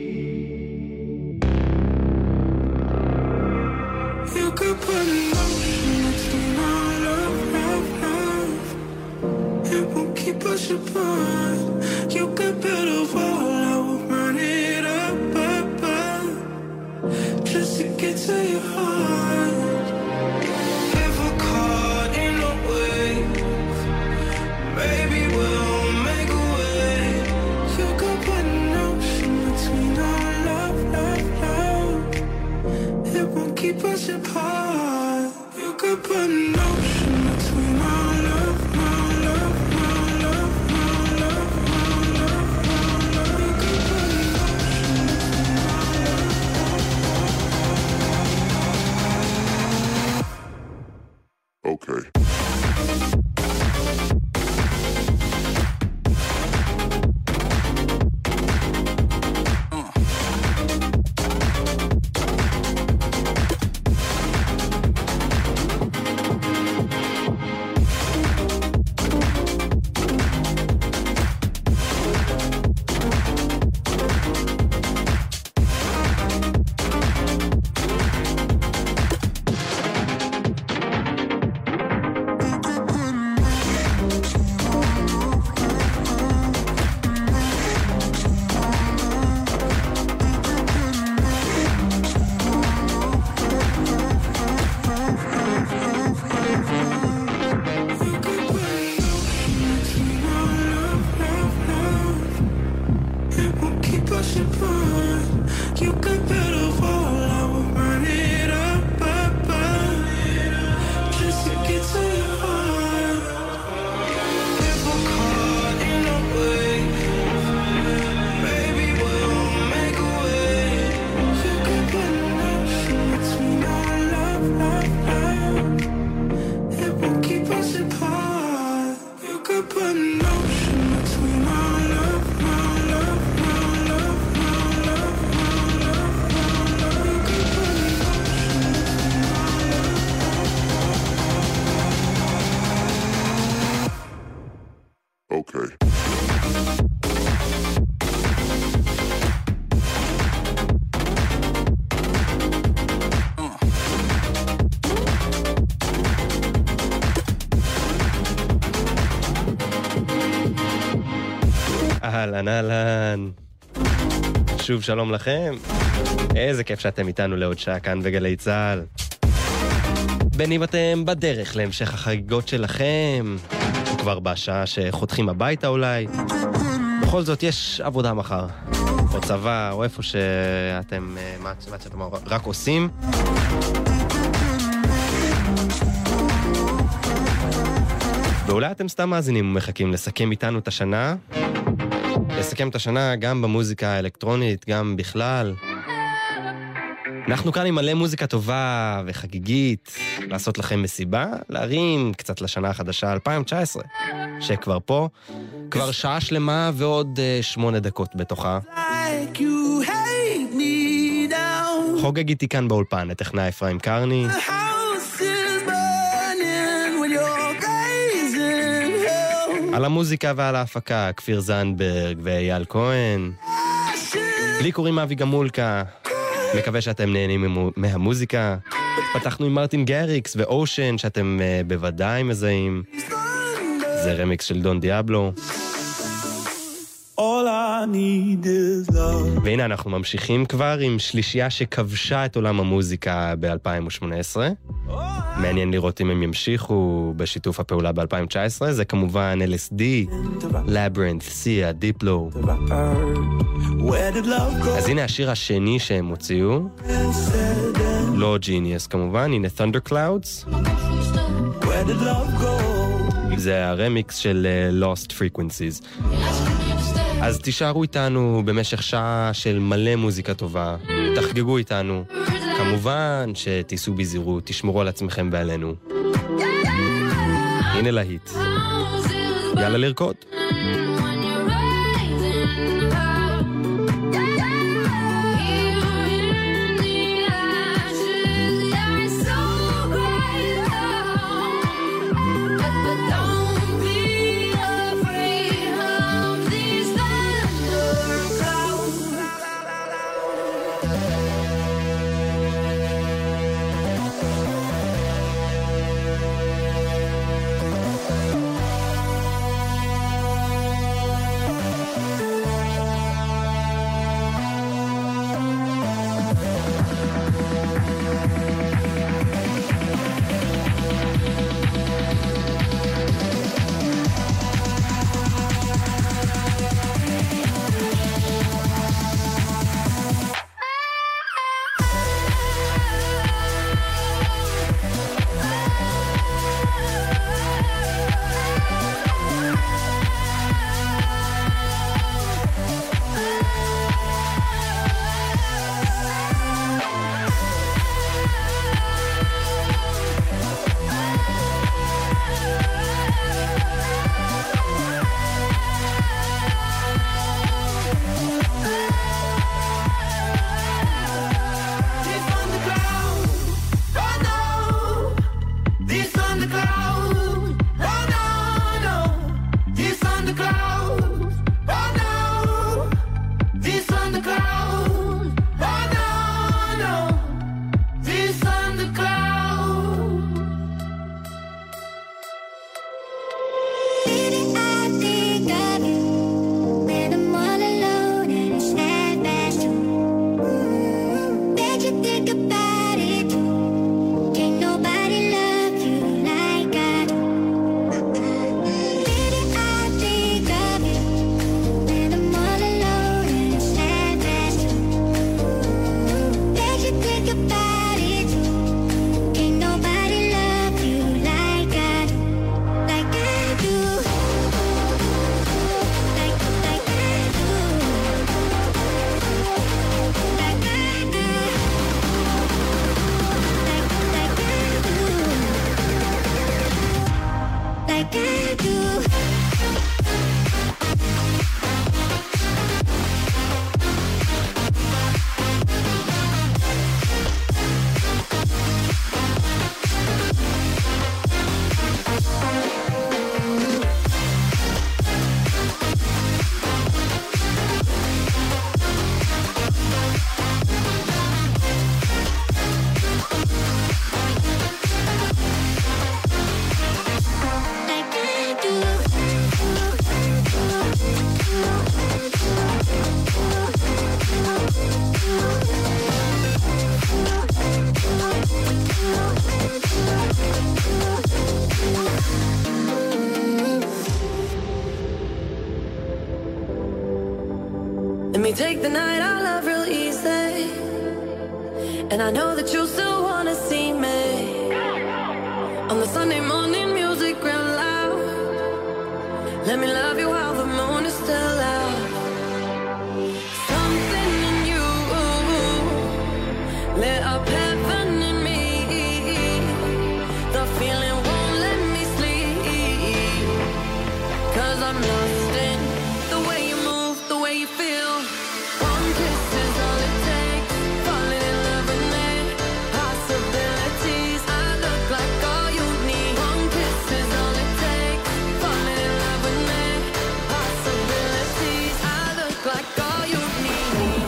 S10: You could put an ocean between our love, love, love. It won't keep us apart. You could build a wall, I will run it up, up, up, just to get to your heart. If we're caught in a wave, maybe we'll make a way. You could put an ocean between our love, love, love. It won't keep us apart. You could put an ocean between our love, our love, our love, our love, our love, our love. You could put an ocean between our love.
S7: Okay.
S10: it won't keep us apart. You could build a wall, I will run it up, just to get to your heart. If we're caught in a wave, maybe we'll make a way. You could put an ocean between our love, it won't keep us apart. You could put an ocean between our love, my love, my love, my love, my love, my love. You could put an ocean between our love.
S7: Okay.
S3: אהלן, אהלן. שוב שלום לכם. איזה כיף שאתם איתנו לעוד שעה כאן בגלי צהל. בין אם אתם בדרך להמשך החגיגות שלכם, או כבר בשעה שחותכים הביתה אולי. בכל זאת יש עבודה מחר. או צבא, או איפה שאתם, מה שאתם רק עושים. ואולי אתם סתם מאזינים ומחכים לסכם איתנו את השנה. לסכם את השנה גם במוזיקה האלקטרונית, גם בכלל. אנחנו כאן עם מלא מוזיקה טובה וחגיגית, לעשות לכם מסיבה, להרים קצת לשנה החדשה 2019, שכבר פה, כבר שעה שלמה ועוד 8 דקות בתוכה. חוגג איתי כאן באולפן, הטכנאי אפרים קרני. על המוזיקה ועל ההפקה, כפיר זנדברג ואייל כהן. לי קוראים אבי גמולקה, מקווה שאתם נהנים מהמוזיקה. פתחנו עם מרטין גריקס ואושן, שאתם בוודאי מזהים. זה רמיקס של דון דיאבלו. והנה אנחנו ממשיכים כבר עם שלישייה שכבשה את עולם המוזיקה ב-2018. מעניין לראות אם הם ימשיכו בשיתוף הפעולה ב-2019. זה כמובן LSD, Labyrinth, סיה, דיפלו. אז הנה השיר השני שהם הוציאו, לא Genius כמובן, הנה Thunderclouds. זה הרמיקס של Lost Frequencies. אז תישארו איתנו במשך שעה של מלא מוזיקה טובה, תחגגו איתנו, כמובן שתיסעו בזהירות, תשמרו על עצמכם ועלינו. הנה להיט, יאללה לרקוד.
S11: Let me take the night I love real easy. And I know that you still wanna see me. On the Sunday morning music real loud. Let me love you while the moon is still out. Something in you lit up heaven in me. The feeling won't let me sleep. 'Cause I'm lost in the way you move, the way you feel. One kiss is all it takes. Falling in love with me. Possibilities. I look like all you need. One kiss is all it takes. Falling in love with me. Possibilities. I look like all you need.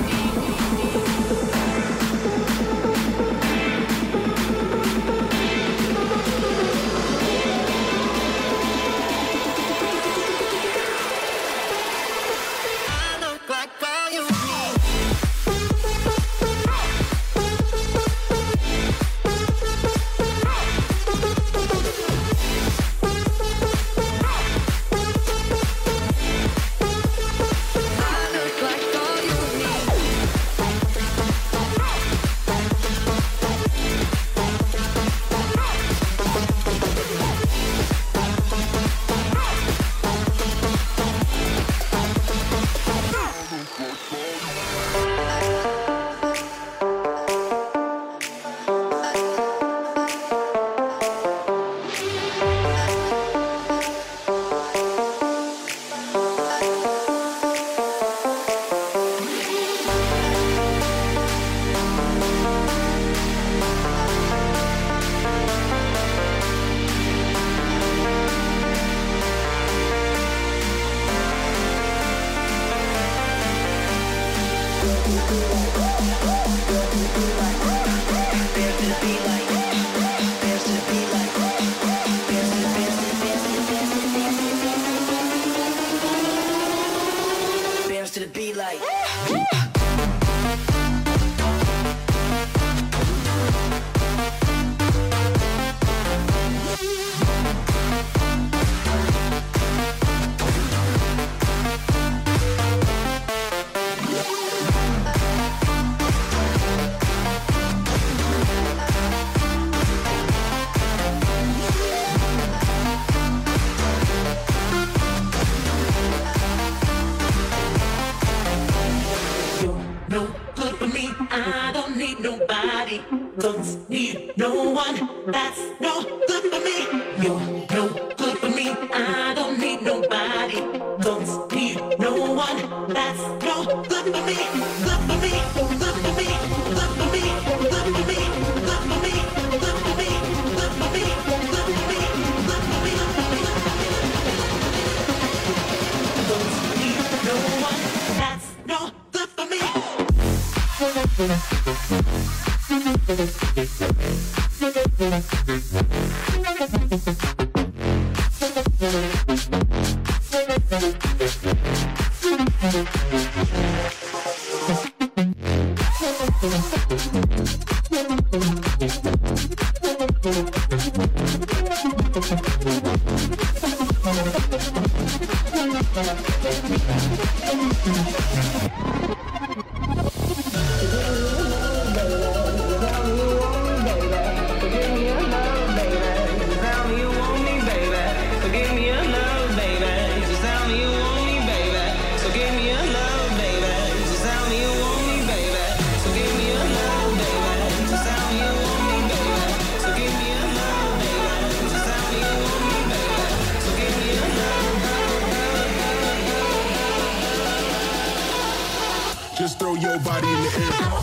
S12: Don't need no one that's no good for me. You're no good for me. I don't need nobody. Don't need no one that's no good for me. Good for me. Good for me. Good for me. Good for me. Good for me. Good for me. Good for me. Good for me. Good for me. Don't need no one that's no good for me.
S7: Just throw your body in the air.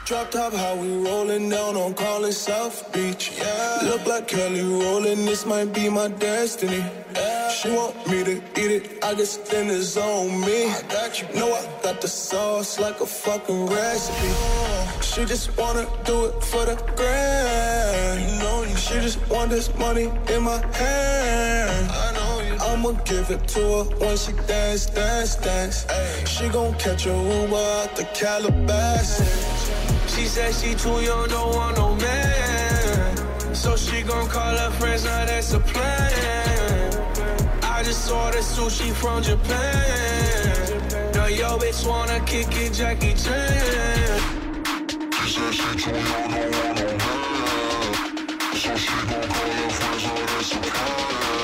S10: Drop top, how we rolling down on College South Beach. Yeah. Look like Kelly rolling, this might be my destiny. Yeah. She want me to eat it, I guess then it's on me. I got you. Know I got the sauce like a fucking recipe. She just wanna do it for the grand. You know you. She just want this money in my hand. I know you. I'ma give it to her when she dance, dance, dance. Ay. She gon' catch a Uber out the Calabasas. She said she too young, don't want no man. So she gon' call her friends, now that's a plan. I just ordered sushi from Japan. Now yo bitch wanna kick it, Jackie Chan. She said she too young, don't want no man. So she gon' call her friends, now that's a plan.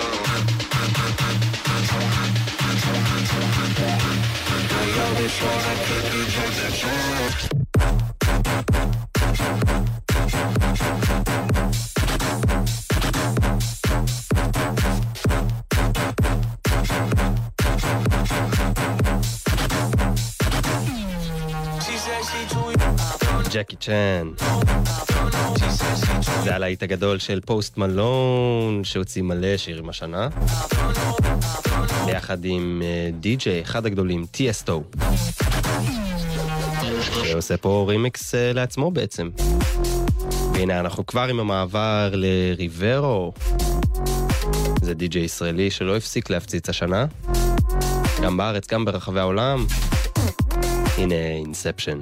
S10: Now yo bitch wanna kick it, Jackie Chan.
S3: ג'קי צ'ן. זה הלהיט הגדול של פוסט מלון שהוציא מלא שירים השנה ביחד עם די-ג'יי אחד הגדולים טיאסטו שעושה פה רימיקס לעצמו בעצם. והנה אנחנו כבר עם המעבר לריברו. זה די-ג'יי ישראלי שלא הפסיק להפציץ השנה גם בארץ גם ברחבי העולם. הנה אינספשן.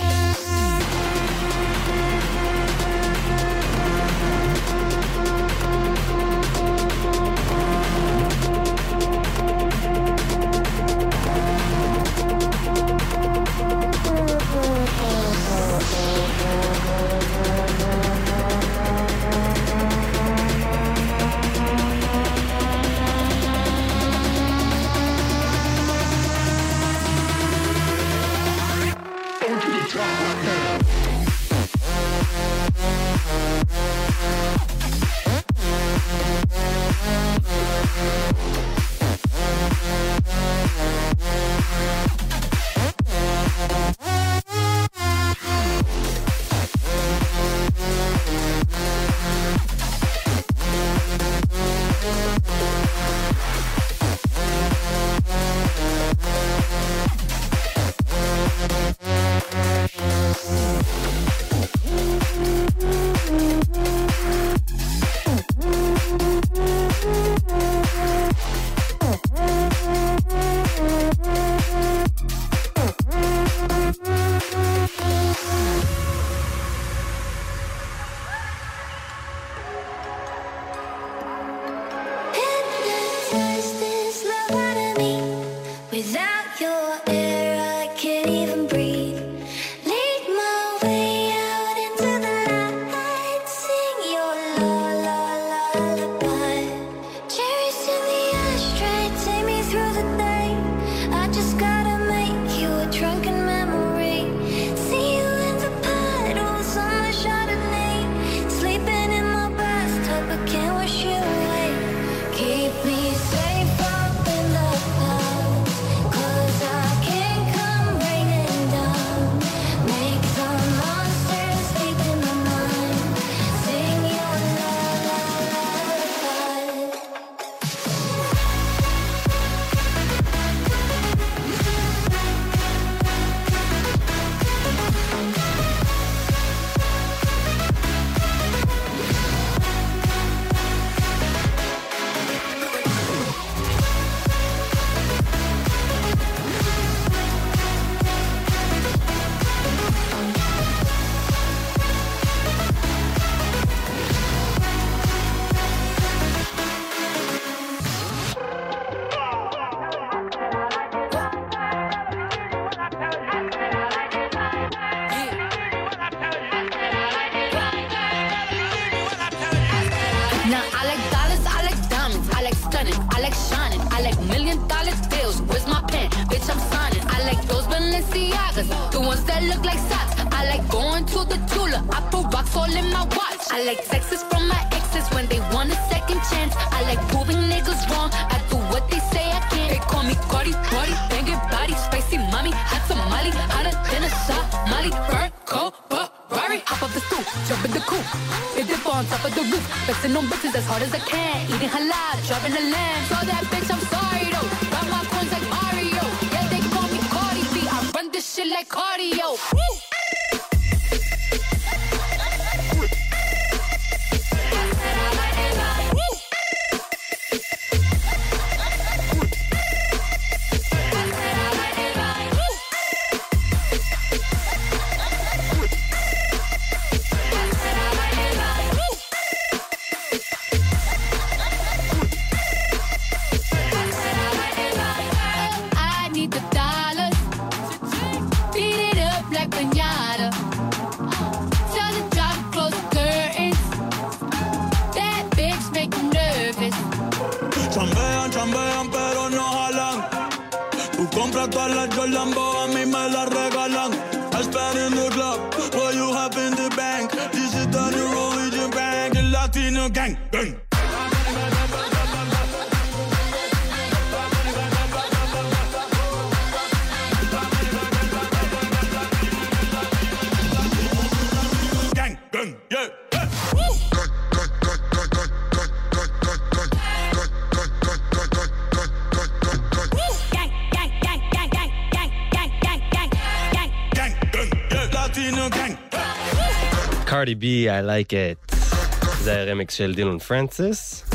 S13: The ones that look like socks. I like going to the Tula. I put rocks all in my watch. I like texts from my exes when they want a second chance. I like proving niggas wrong. I do what they say I can't. They call me Cardi, Cardi, banging body, spicy mommy, hot tamale, hotter than a Somali. Burnt cold, but They dip on top of the roof, flexing on bitches as hard as I can. Eating halal, driving a lamb. So that bitch, I'm sorry though. Got my coins like Mario. Yeah, they call me Cardi B. I run this shit like cardio. Woo!
S10: Chambean pero no jalan. Tú compras todas las Jolambo, a mí me las regalan. I spend in the club, what you have in the bank. This is the new Norwegian bank, the Latino gang. Gang. Gang, gang, yeah.
S3: Cardi B, I like it. זה הרמיקס של דילון פרנסיס.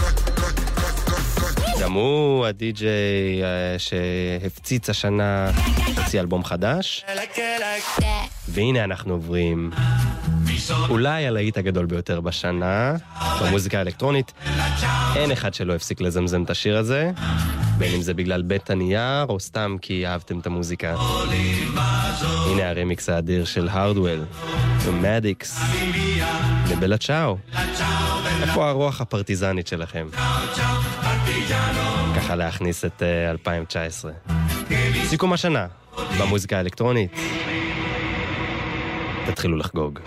S3: גם הוא הדי-ג'יי שהפציץ השנה, הוציא אלבום חדש. והנה אנחנו עוברים אולי הלהיט הגדול ביותר בשנה, במוזיקה האלקטרונית. אין אחד שלא הפסיק לזמזם את השיר הזה, בין אם זה בגלל בית הנייר או סתם כי אהבתם את המוזיקה. הנה הרמיקס האדיר של הרדוול ומדיקס לבלה צ'או. איפה הרוח הפרטיזנית שלכם? ככה להכניס את 2019. סיכום השנה במוזיקה האלקטרונית. תתחילו לחגוג.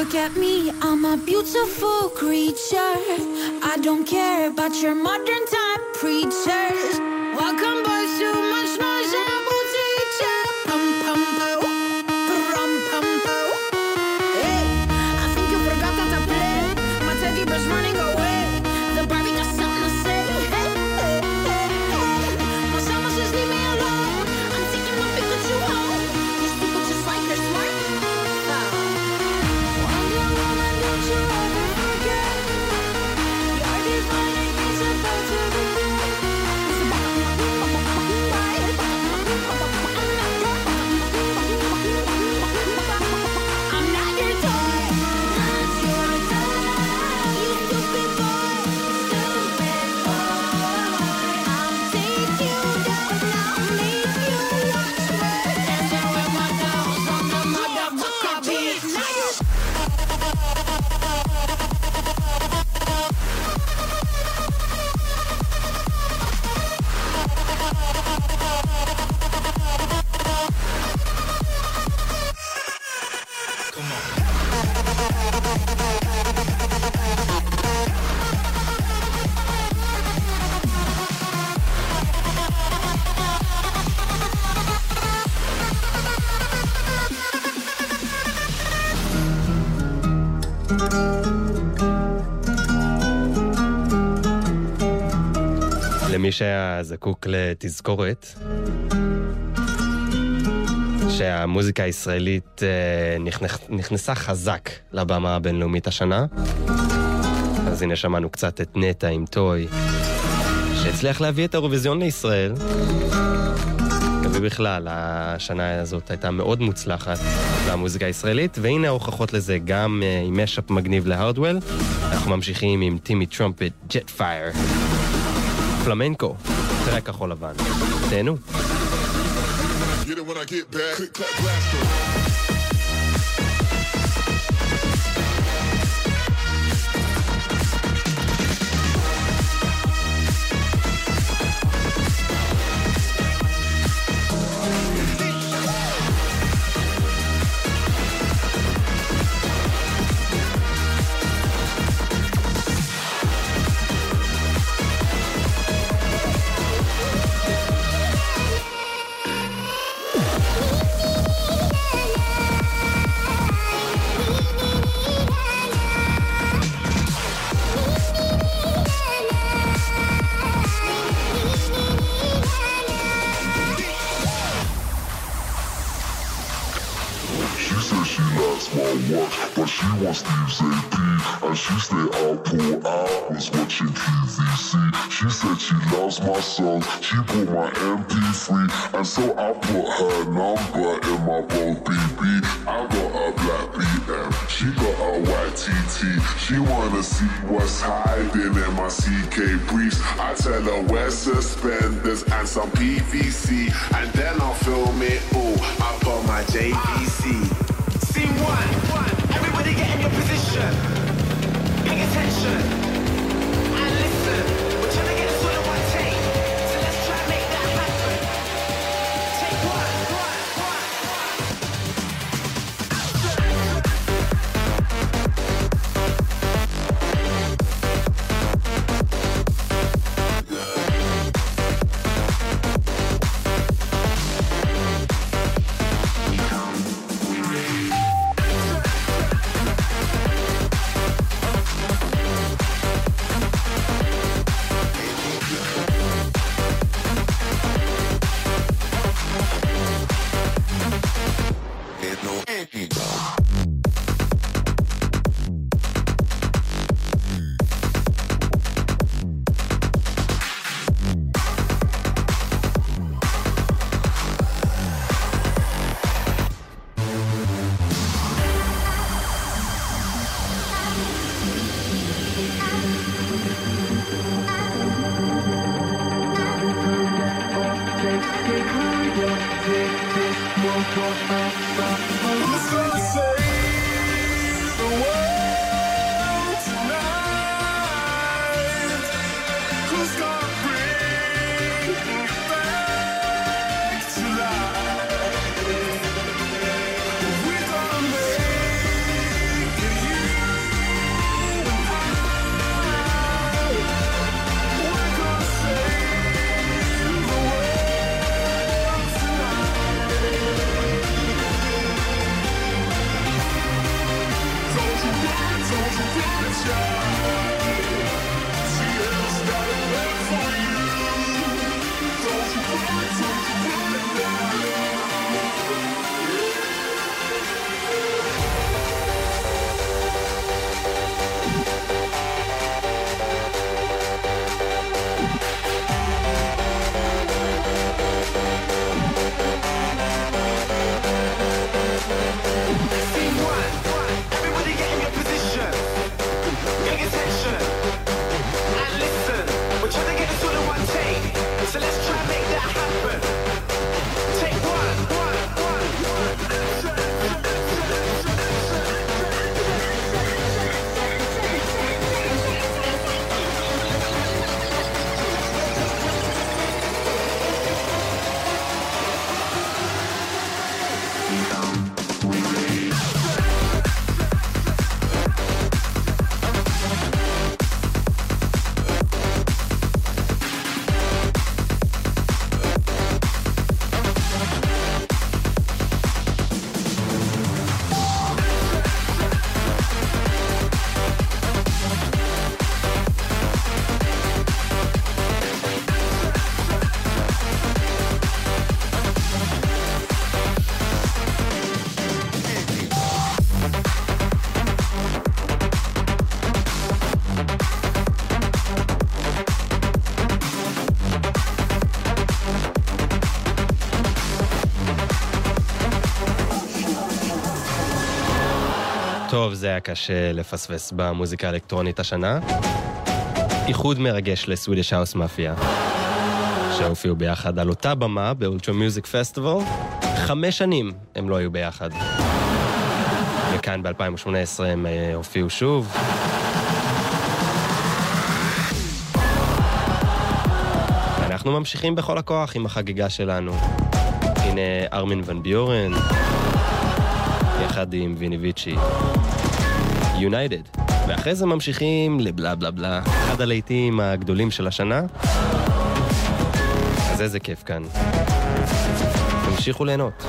S6: look at me, I'm a beautiful creature. I don't care about your modern time preachers. Welcome boys, too much noise and we'll teach ya. Pum pum pow, pum pum pow. Hey, I think you forgot how to play. My teddy bear's running away. The Barbie got something to say. Hey, hey, hey, hey. My summer says leave me alone. I'm taking my Pikachu home. These people just like they're smart. Wonder Woman, don't you ever forget. You're divine and it's about to begin. I'm not your toy. Not your toy. You stupid boy. Stupid boy. I'll take you down now. Make you watch me. Dancing with my dolls on the motherfucker beat. Now you
S3: למי שהיה זקוק לתזכורת, שהמוזיקה הישראלית נכנסה חזק לבמה הבינלאומית השנה. אז הנה שמענו קצת את נטע עם טוי, שהצליח להביא את האירוויזיון לישראל. ובכלל, השנה הזאת הייתה מאוד מוצלחת למוזיקה הישראלית, והנה ההוכחות לזה גם עם משאפ מגניב להרדוול. אנחנו ממשיכים עם טימי טרומפט, ג'ט פייר. פלמנקו, טרק כחול לבן. תהנו.
S14: Get it when I get back. Click, clap, blast it.
S15: But she wants Steve's AP, and she stay out, pull out, was watching TVC. She said she loves my songs, she bought my MP3, and so I put her number in my bold BB. I got a black BM, she got a white TT. She wanna see what's hiding in my CK briefs. I tell her where's suspenders and some PVC, and then I'll film it all up on my JVC.
S16: Scene one. Everybody get in your position. Pay attention. And listen. We're trying to get this all in one take. So let's try and make that happen. Take one.
S3: טוב, זה היה קשה לפספס במוזיקה האלקטרונית השנה. איחוד מרגש לסווידיש האוס מאפיה, שהופיעו ביחד על אותה במה באולטרה מיוזיק פסטיבל. 5 שנים הם לא היו ביחד. וכאן ב-2018 הם הופיעו שוב. אנחנו ממשיכים בכל הכוח עם החגיגה שלנו. הנה ארמין ון ביורן, יחד עם ויני ויצ'י. United. ואחרי זה ממשיכים לבלה בלה בלה. אחד הלהיטים הגדולים של השנה. אז איזה כיף כאן. תמשיכו ליהנות.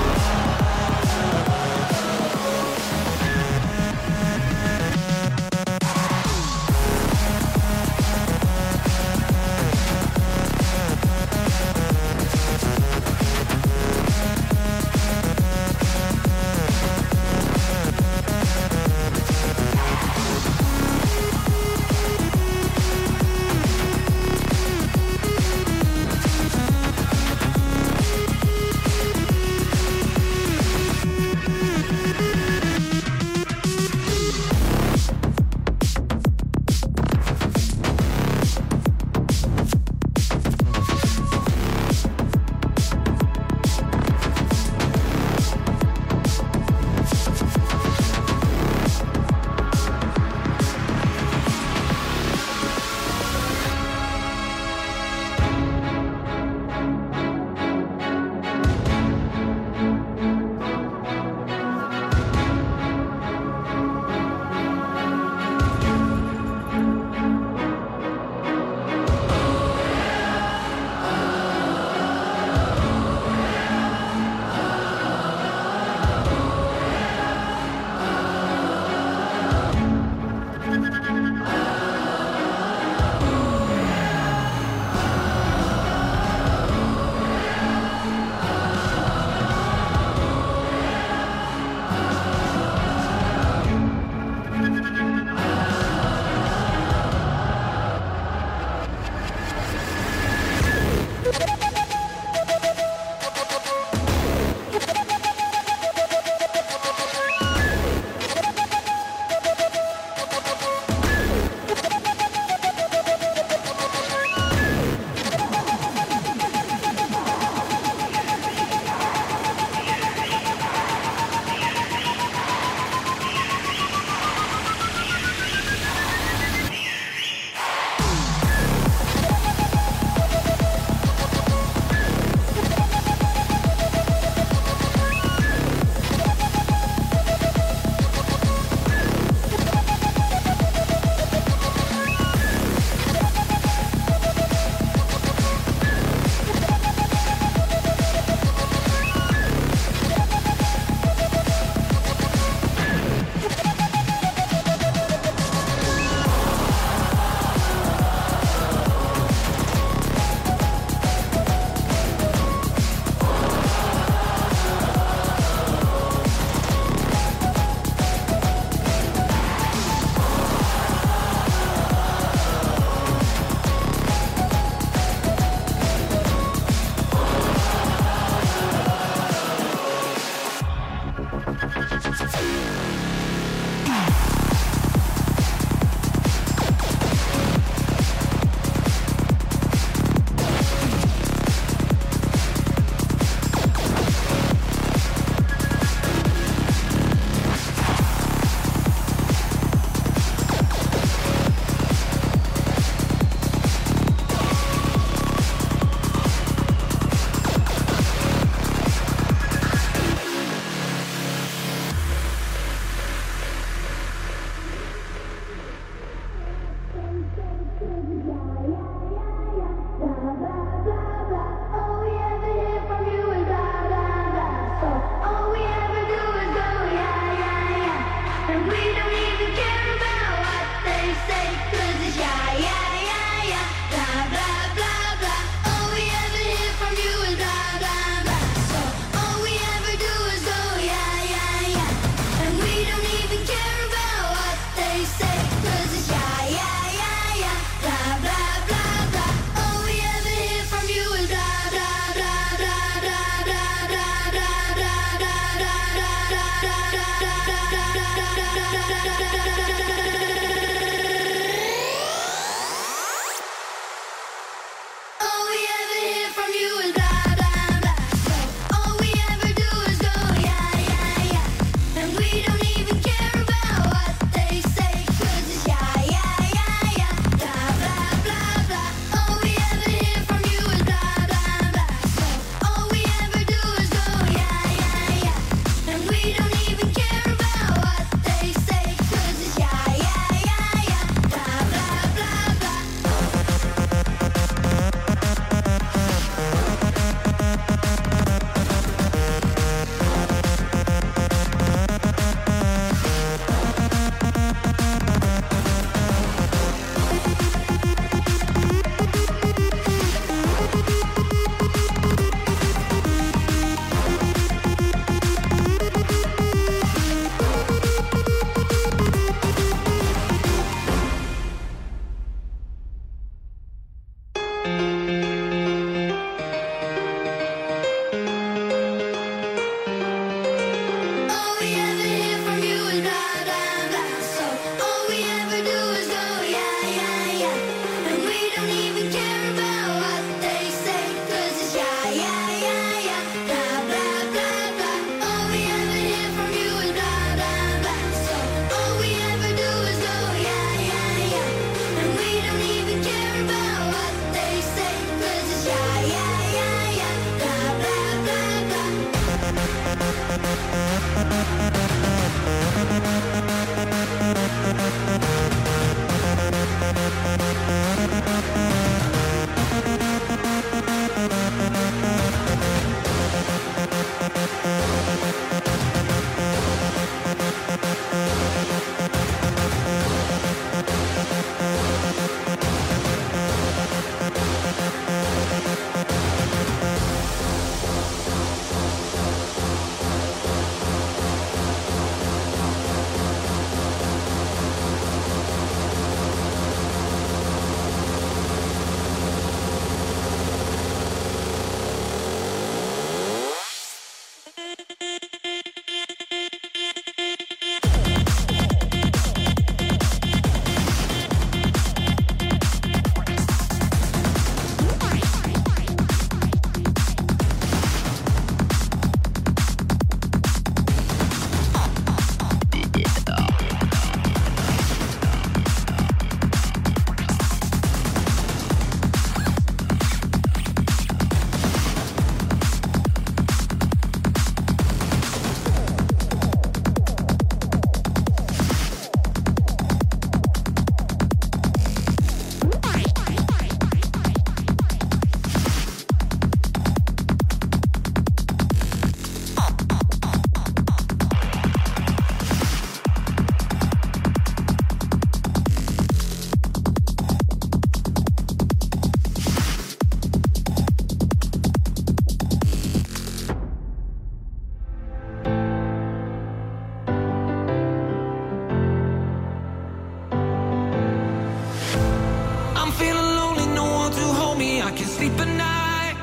S16: I can sleep at night.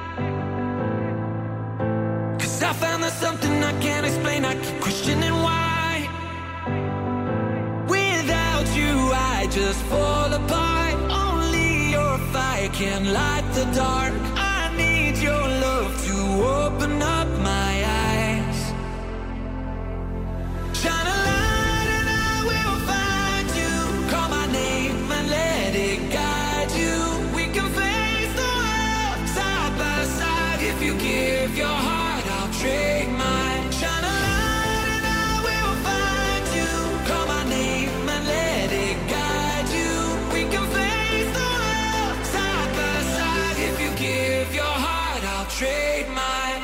S16: 'Cause I found there's something I can't explain. I keep questioning why. Without you I just fall apart. Only your fire can light the dark. I need your love to open up my eyes. Shine a light and I will find you. Call my name and let it guide you. We can face the world side by side. If you give your heart, I'll trade mine. Shine a light and I will find you. Call my name and let it guide you. We can face the world side by side. If you give your heart, I'll trade mine.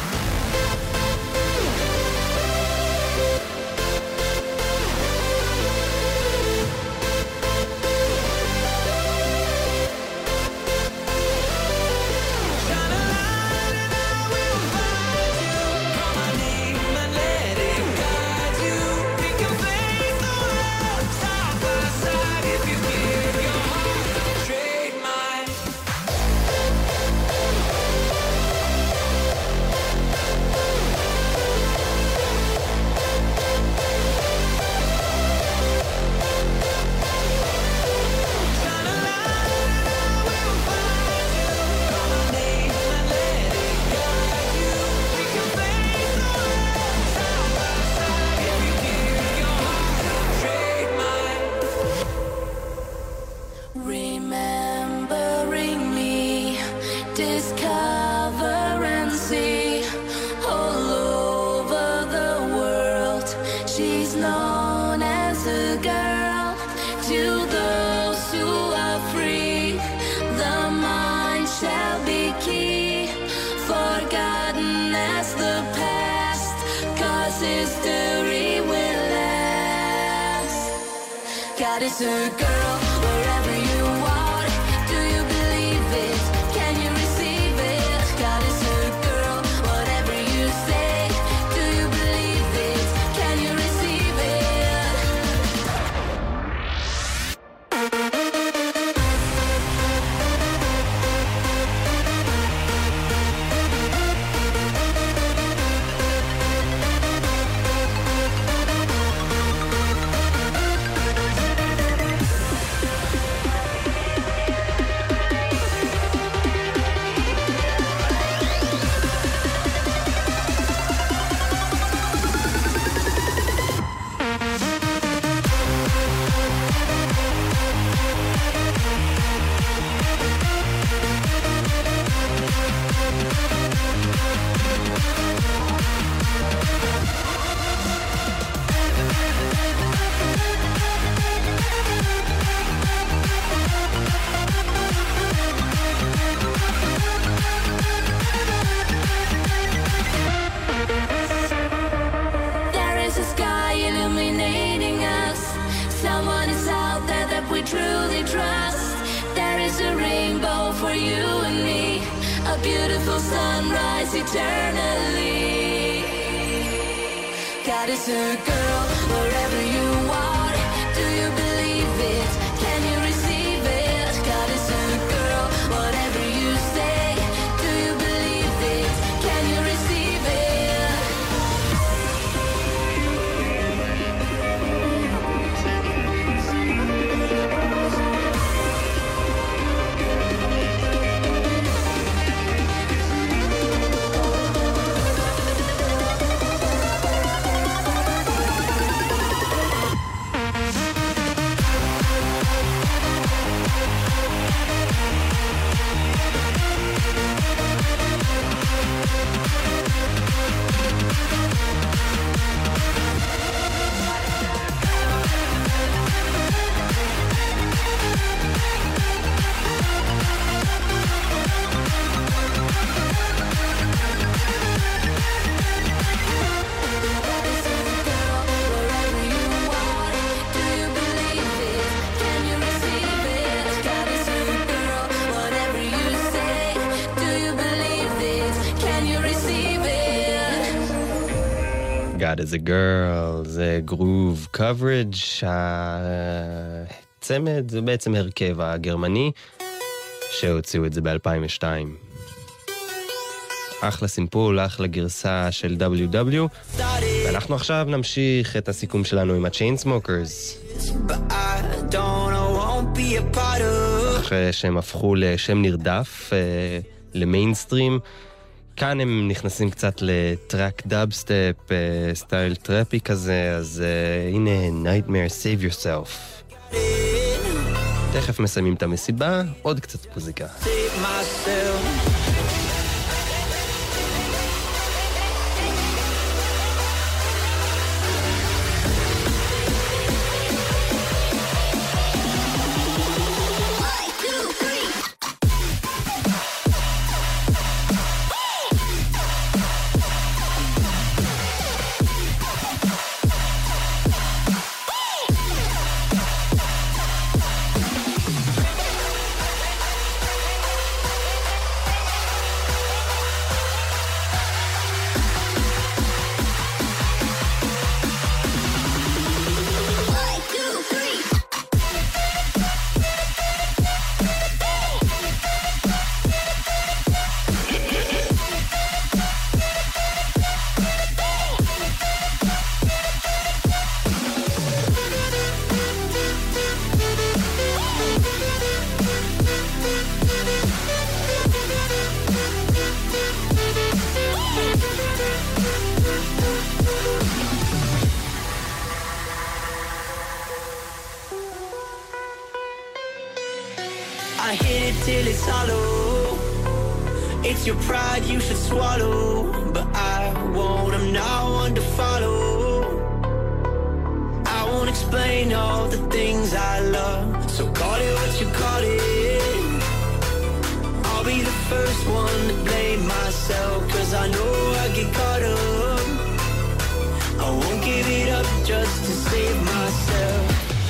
S16: Remembering me, discover and see all over the world. She's known as a girl to those who are free. The mind shall be key, forgotten as the past, 'cause history will last. God is a girl wherever you are. Do you believe it? Can you receive it? God is a girl, whatever you say. Do you believe it? Can you receive it? There is a sky illuminating us. Someone is out there that we truly trust. There is a rainbow for you and me, a beautiful sunrise eternally. God is a girl wherever you are. Do you believe it? Can you receive it? God is a girl, whatever you say. Do you believe it? Can you receive it?
S3: God is a girl, זה גרוב קוברג'. הצמד זה בעצם הרכב הגרמני שהוציאו את זה ב-2002. אחלה סימפול, אחלה גרסה של WW. ואנחנו עכשיו נמשיך את הסיכום שלנו עם ה-Chainsmokers. אחרי שהם הפכו לשם נרדף, למיינסטרים, כאן הם נכנסים קצת לטראק דאבסטפ, סטייל טראפי כזה, אז הנה Nightmare Save Yourself. תכף מסיימים את המסיבה, עוד קצת מוזיקה.
S16: I hit it till it's hollow. It's your pride you should swallow, but I won't, I'm not one to follow. I won't explain all the things I love, so call it what you call it. I'll be the first one to blame myself, cause I know I get caught up. I won't give it up just to save myself.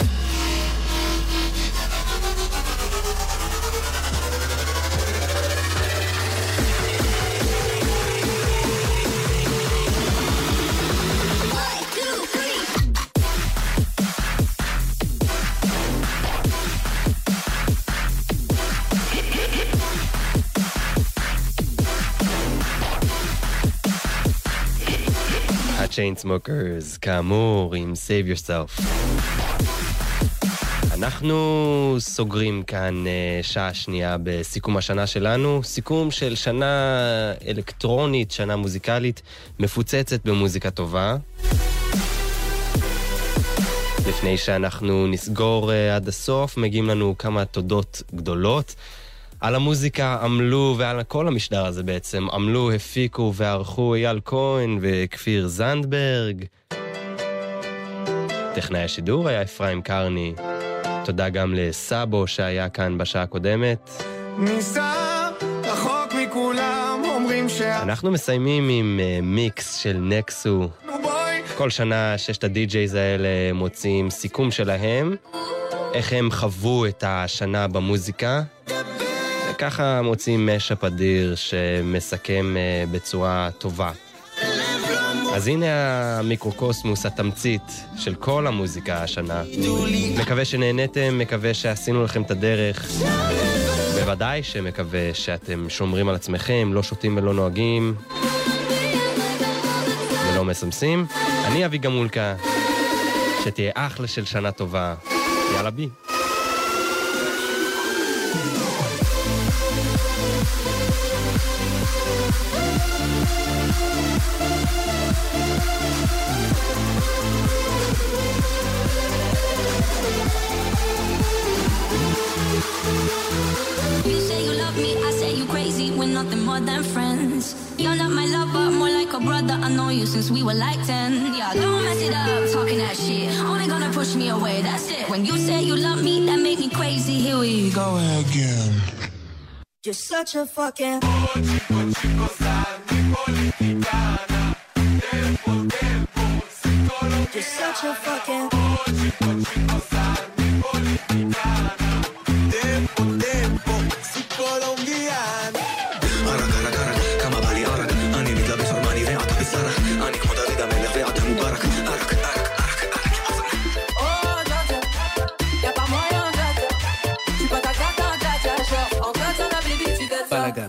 S3: Chainsmokers, כאמור, עם Save Yourself. אנחנו סוגרים כאן שעה שנייה בסיכום השנה שלנו, סיכום של שנה אלקטרונית, שנה מוזיקלית, מפוצצת במוזיקה טובה. לפני שאנחנו נסגור עד הסוף, מגיעים לנו כמה תודות גדולות. על המוזיקה עמלו, ועל כל המשדר הזה בעצם, עמלו, הפיקו וערכו אייל כהן וכפיר זנדברג. טכנאי השידור היה אפרים קרני. תודה גם לסאבו שהיה כאן בשעה הקודמת.
S10: ניסה רחוק מכולם, אומרים
S3: אנחנו מסיימים עם מיקס של נקסו. כל שנה ששת הדי-ג'ייז האלה מוצאים סיכום שלהם, איך הם חוו את השנה במוזיקה. וככה מוצאים משאפ אדיר שמסכם בצורה טובה. אז הנה המיקרוקוסמוס, התמצית של כל המוזיקה השנה. מקווה שנהנתם, מקווה שעשינו לכם את הדרך. בוודאי שמקווה שאתם שומרים על עצמכם, לא שותים ולא נוהגים, ולא מסמסים. אני אבי גמולקה, שתהיה אחלה של שנה טובה. יאללה בי.
S6: You say you love me, I say you crazy. We're nothing more than friends. You're not my lover, more like a brother. I know you since we were like 10. Yeah, don't mess it up, talking that shit. Only gonna push me away, that's it. When you say you love me, that make me crazy. Here we go again. You're such a fucking You're such a fucking
S17: בלגן.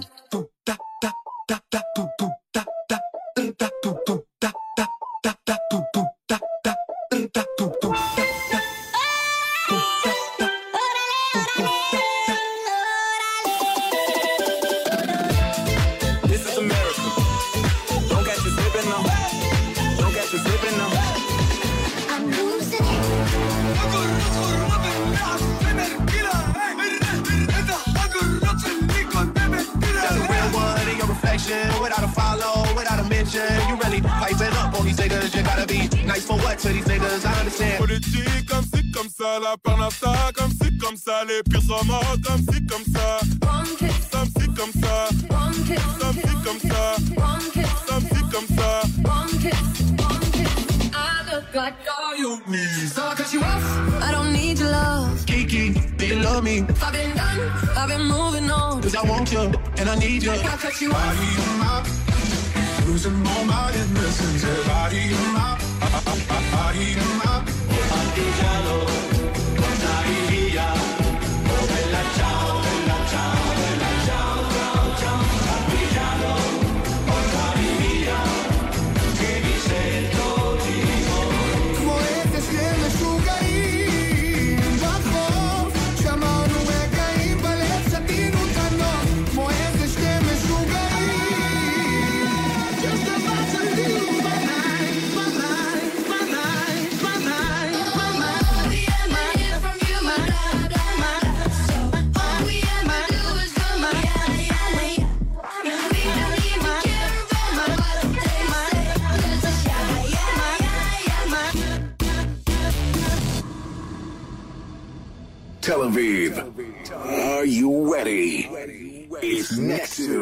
S16: Without a follow, without a mention, you really pipe it up on these niggas. You gotta be nice for what to these niggas? I understand.
S18: Politique comme ci, comme ça, la parnassa comme ci, comme ça, les pires remords comme ci, comme ça. Comme ci, comme ça. Comme ci, comme ça. Comme ci, comme ça.
S11: I look like all you need. So I cut you off. I don't need your love.
S16: Kiki, do you love me?
S11: If I've been done, I've been moving on.
S16: Cause I want you, and I need you.
S11: I cut you off.
S16: Losing all my innocence. Body in my, body in my. Artigiano, Maria. Oh, bella ciao, bella ciao, bella ciao, ciao, ciao. Artigiano, oh, Maria. Che mi sento vivo.
S10: כמו אפס למשוגעים ברחוב, שמרנו רגעים בלב, שתינו תנות, כמו איזה שתי משוגעים. Just about to lose my mind, my mind, my mind, my mind, my mind.
S11: The end I hear from you, my God, my God. So all we ever do is go, my God, we don't even care about my what they say.
S19: Tel Aviv, are you ready? It's next to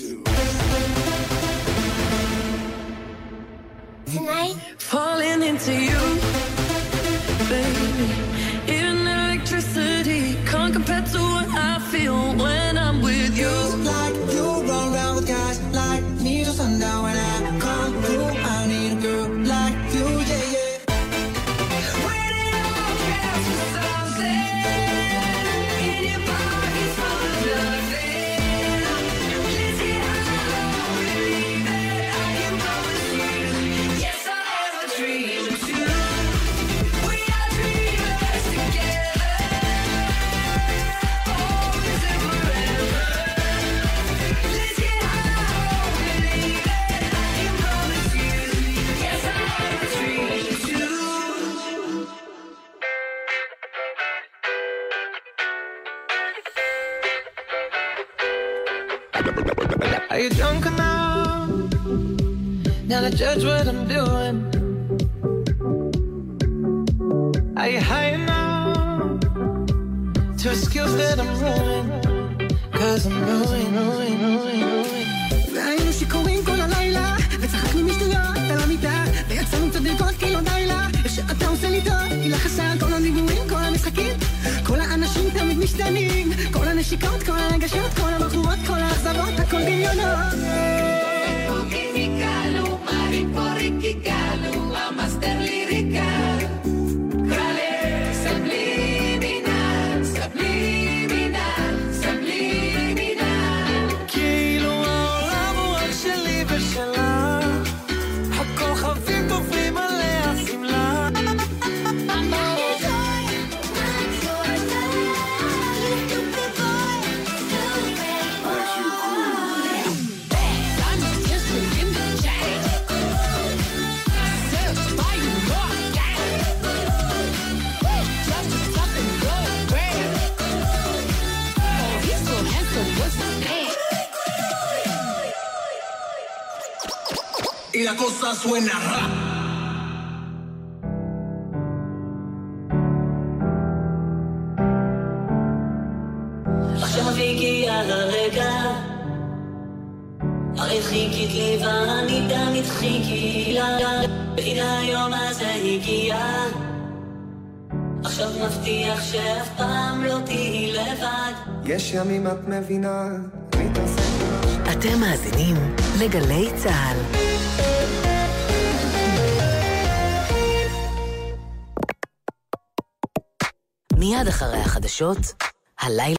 S11: Tonight, falling into you, baby. Even electricity can't compare to what I feel when I'm with you.
S10: Like you run around with guys like me till sundown. When I come through, I need a girl like you, yeah, yeah.
S11: When it all counts for something, in your pockets full of nothing. Let's get high, believe that I can promise you. Yes, I ever dreamed you. We are dreamers together, always and forever. Let's get high, believe that I can promise you. Yes, I ever dreamed you.
S10: Are you drunk enough now to judge what I'm doing? Are you high enough to excuse that I'm ruining? Cause I'm ruining. והיינו שיכורים כל הלילה וצחקנו משטויות על המיטה ויצאנו צדקות כי לא די לה ושאתה עושה לי טוב כי לך חסר כל הדיבורים, כל המשחקים, כל האנשים תמיד משתנים, כל הנשיקות, כל הרגשות, כל הבחורות, כל האכזבות, הכל דמיונות.
S11: Mexicano, mariporicano, amaster lirical, crale, subliminal, subliminal, subliminal.
S10: כאילו העולם הוא רק שלי ושלה, הכוכבים תופרים עליה סמלה.
S16: Y la cosa suena rap.
S12: עכשיו הגיע הרגע, הרי חיכית לי ואני תמיד חיכי לה, והנה היום הזה הגיע, עכשיו מבטיח שאף פעם לא תהי לבד.
S10: יש ימים את מבינה,
S8: אתם מאזינים לגלי צהל. מיד אחרי החדשות, הלילה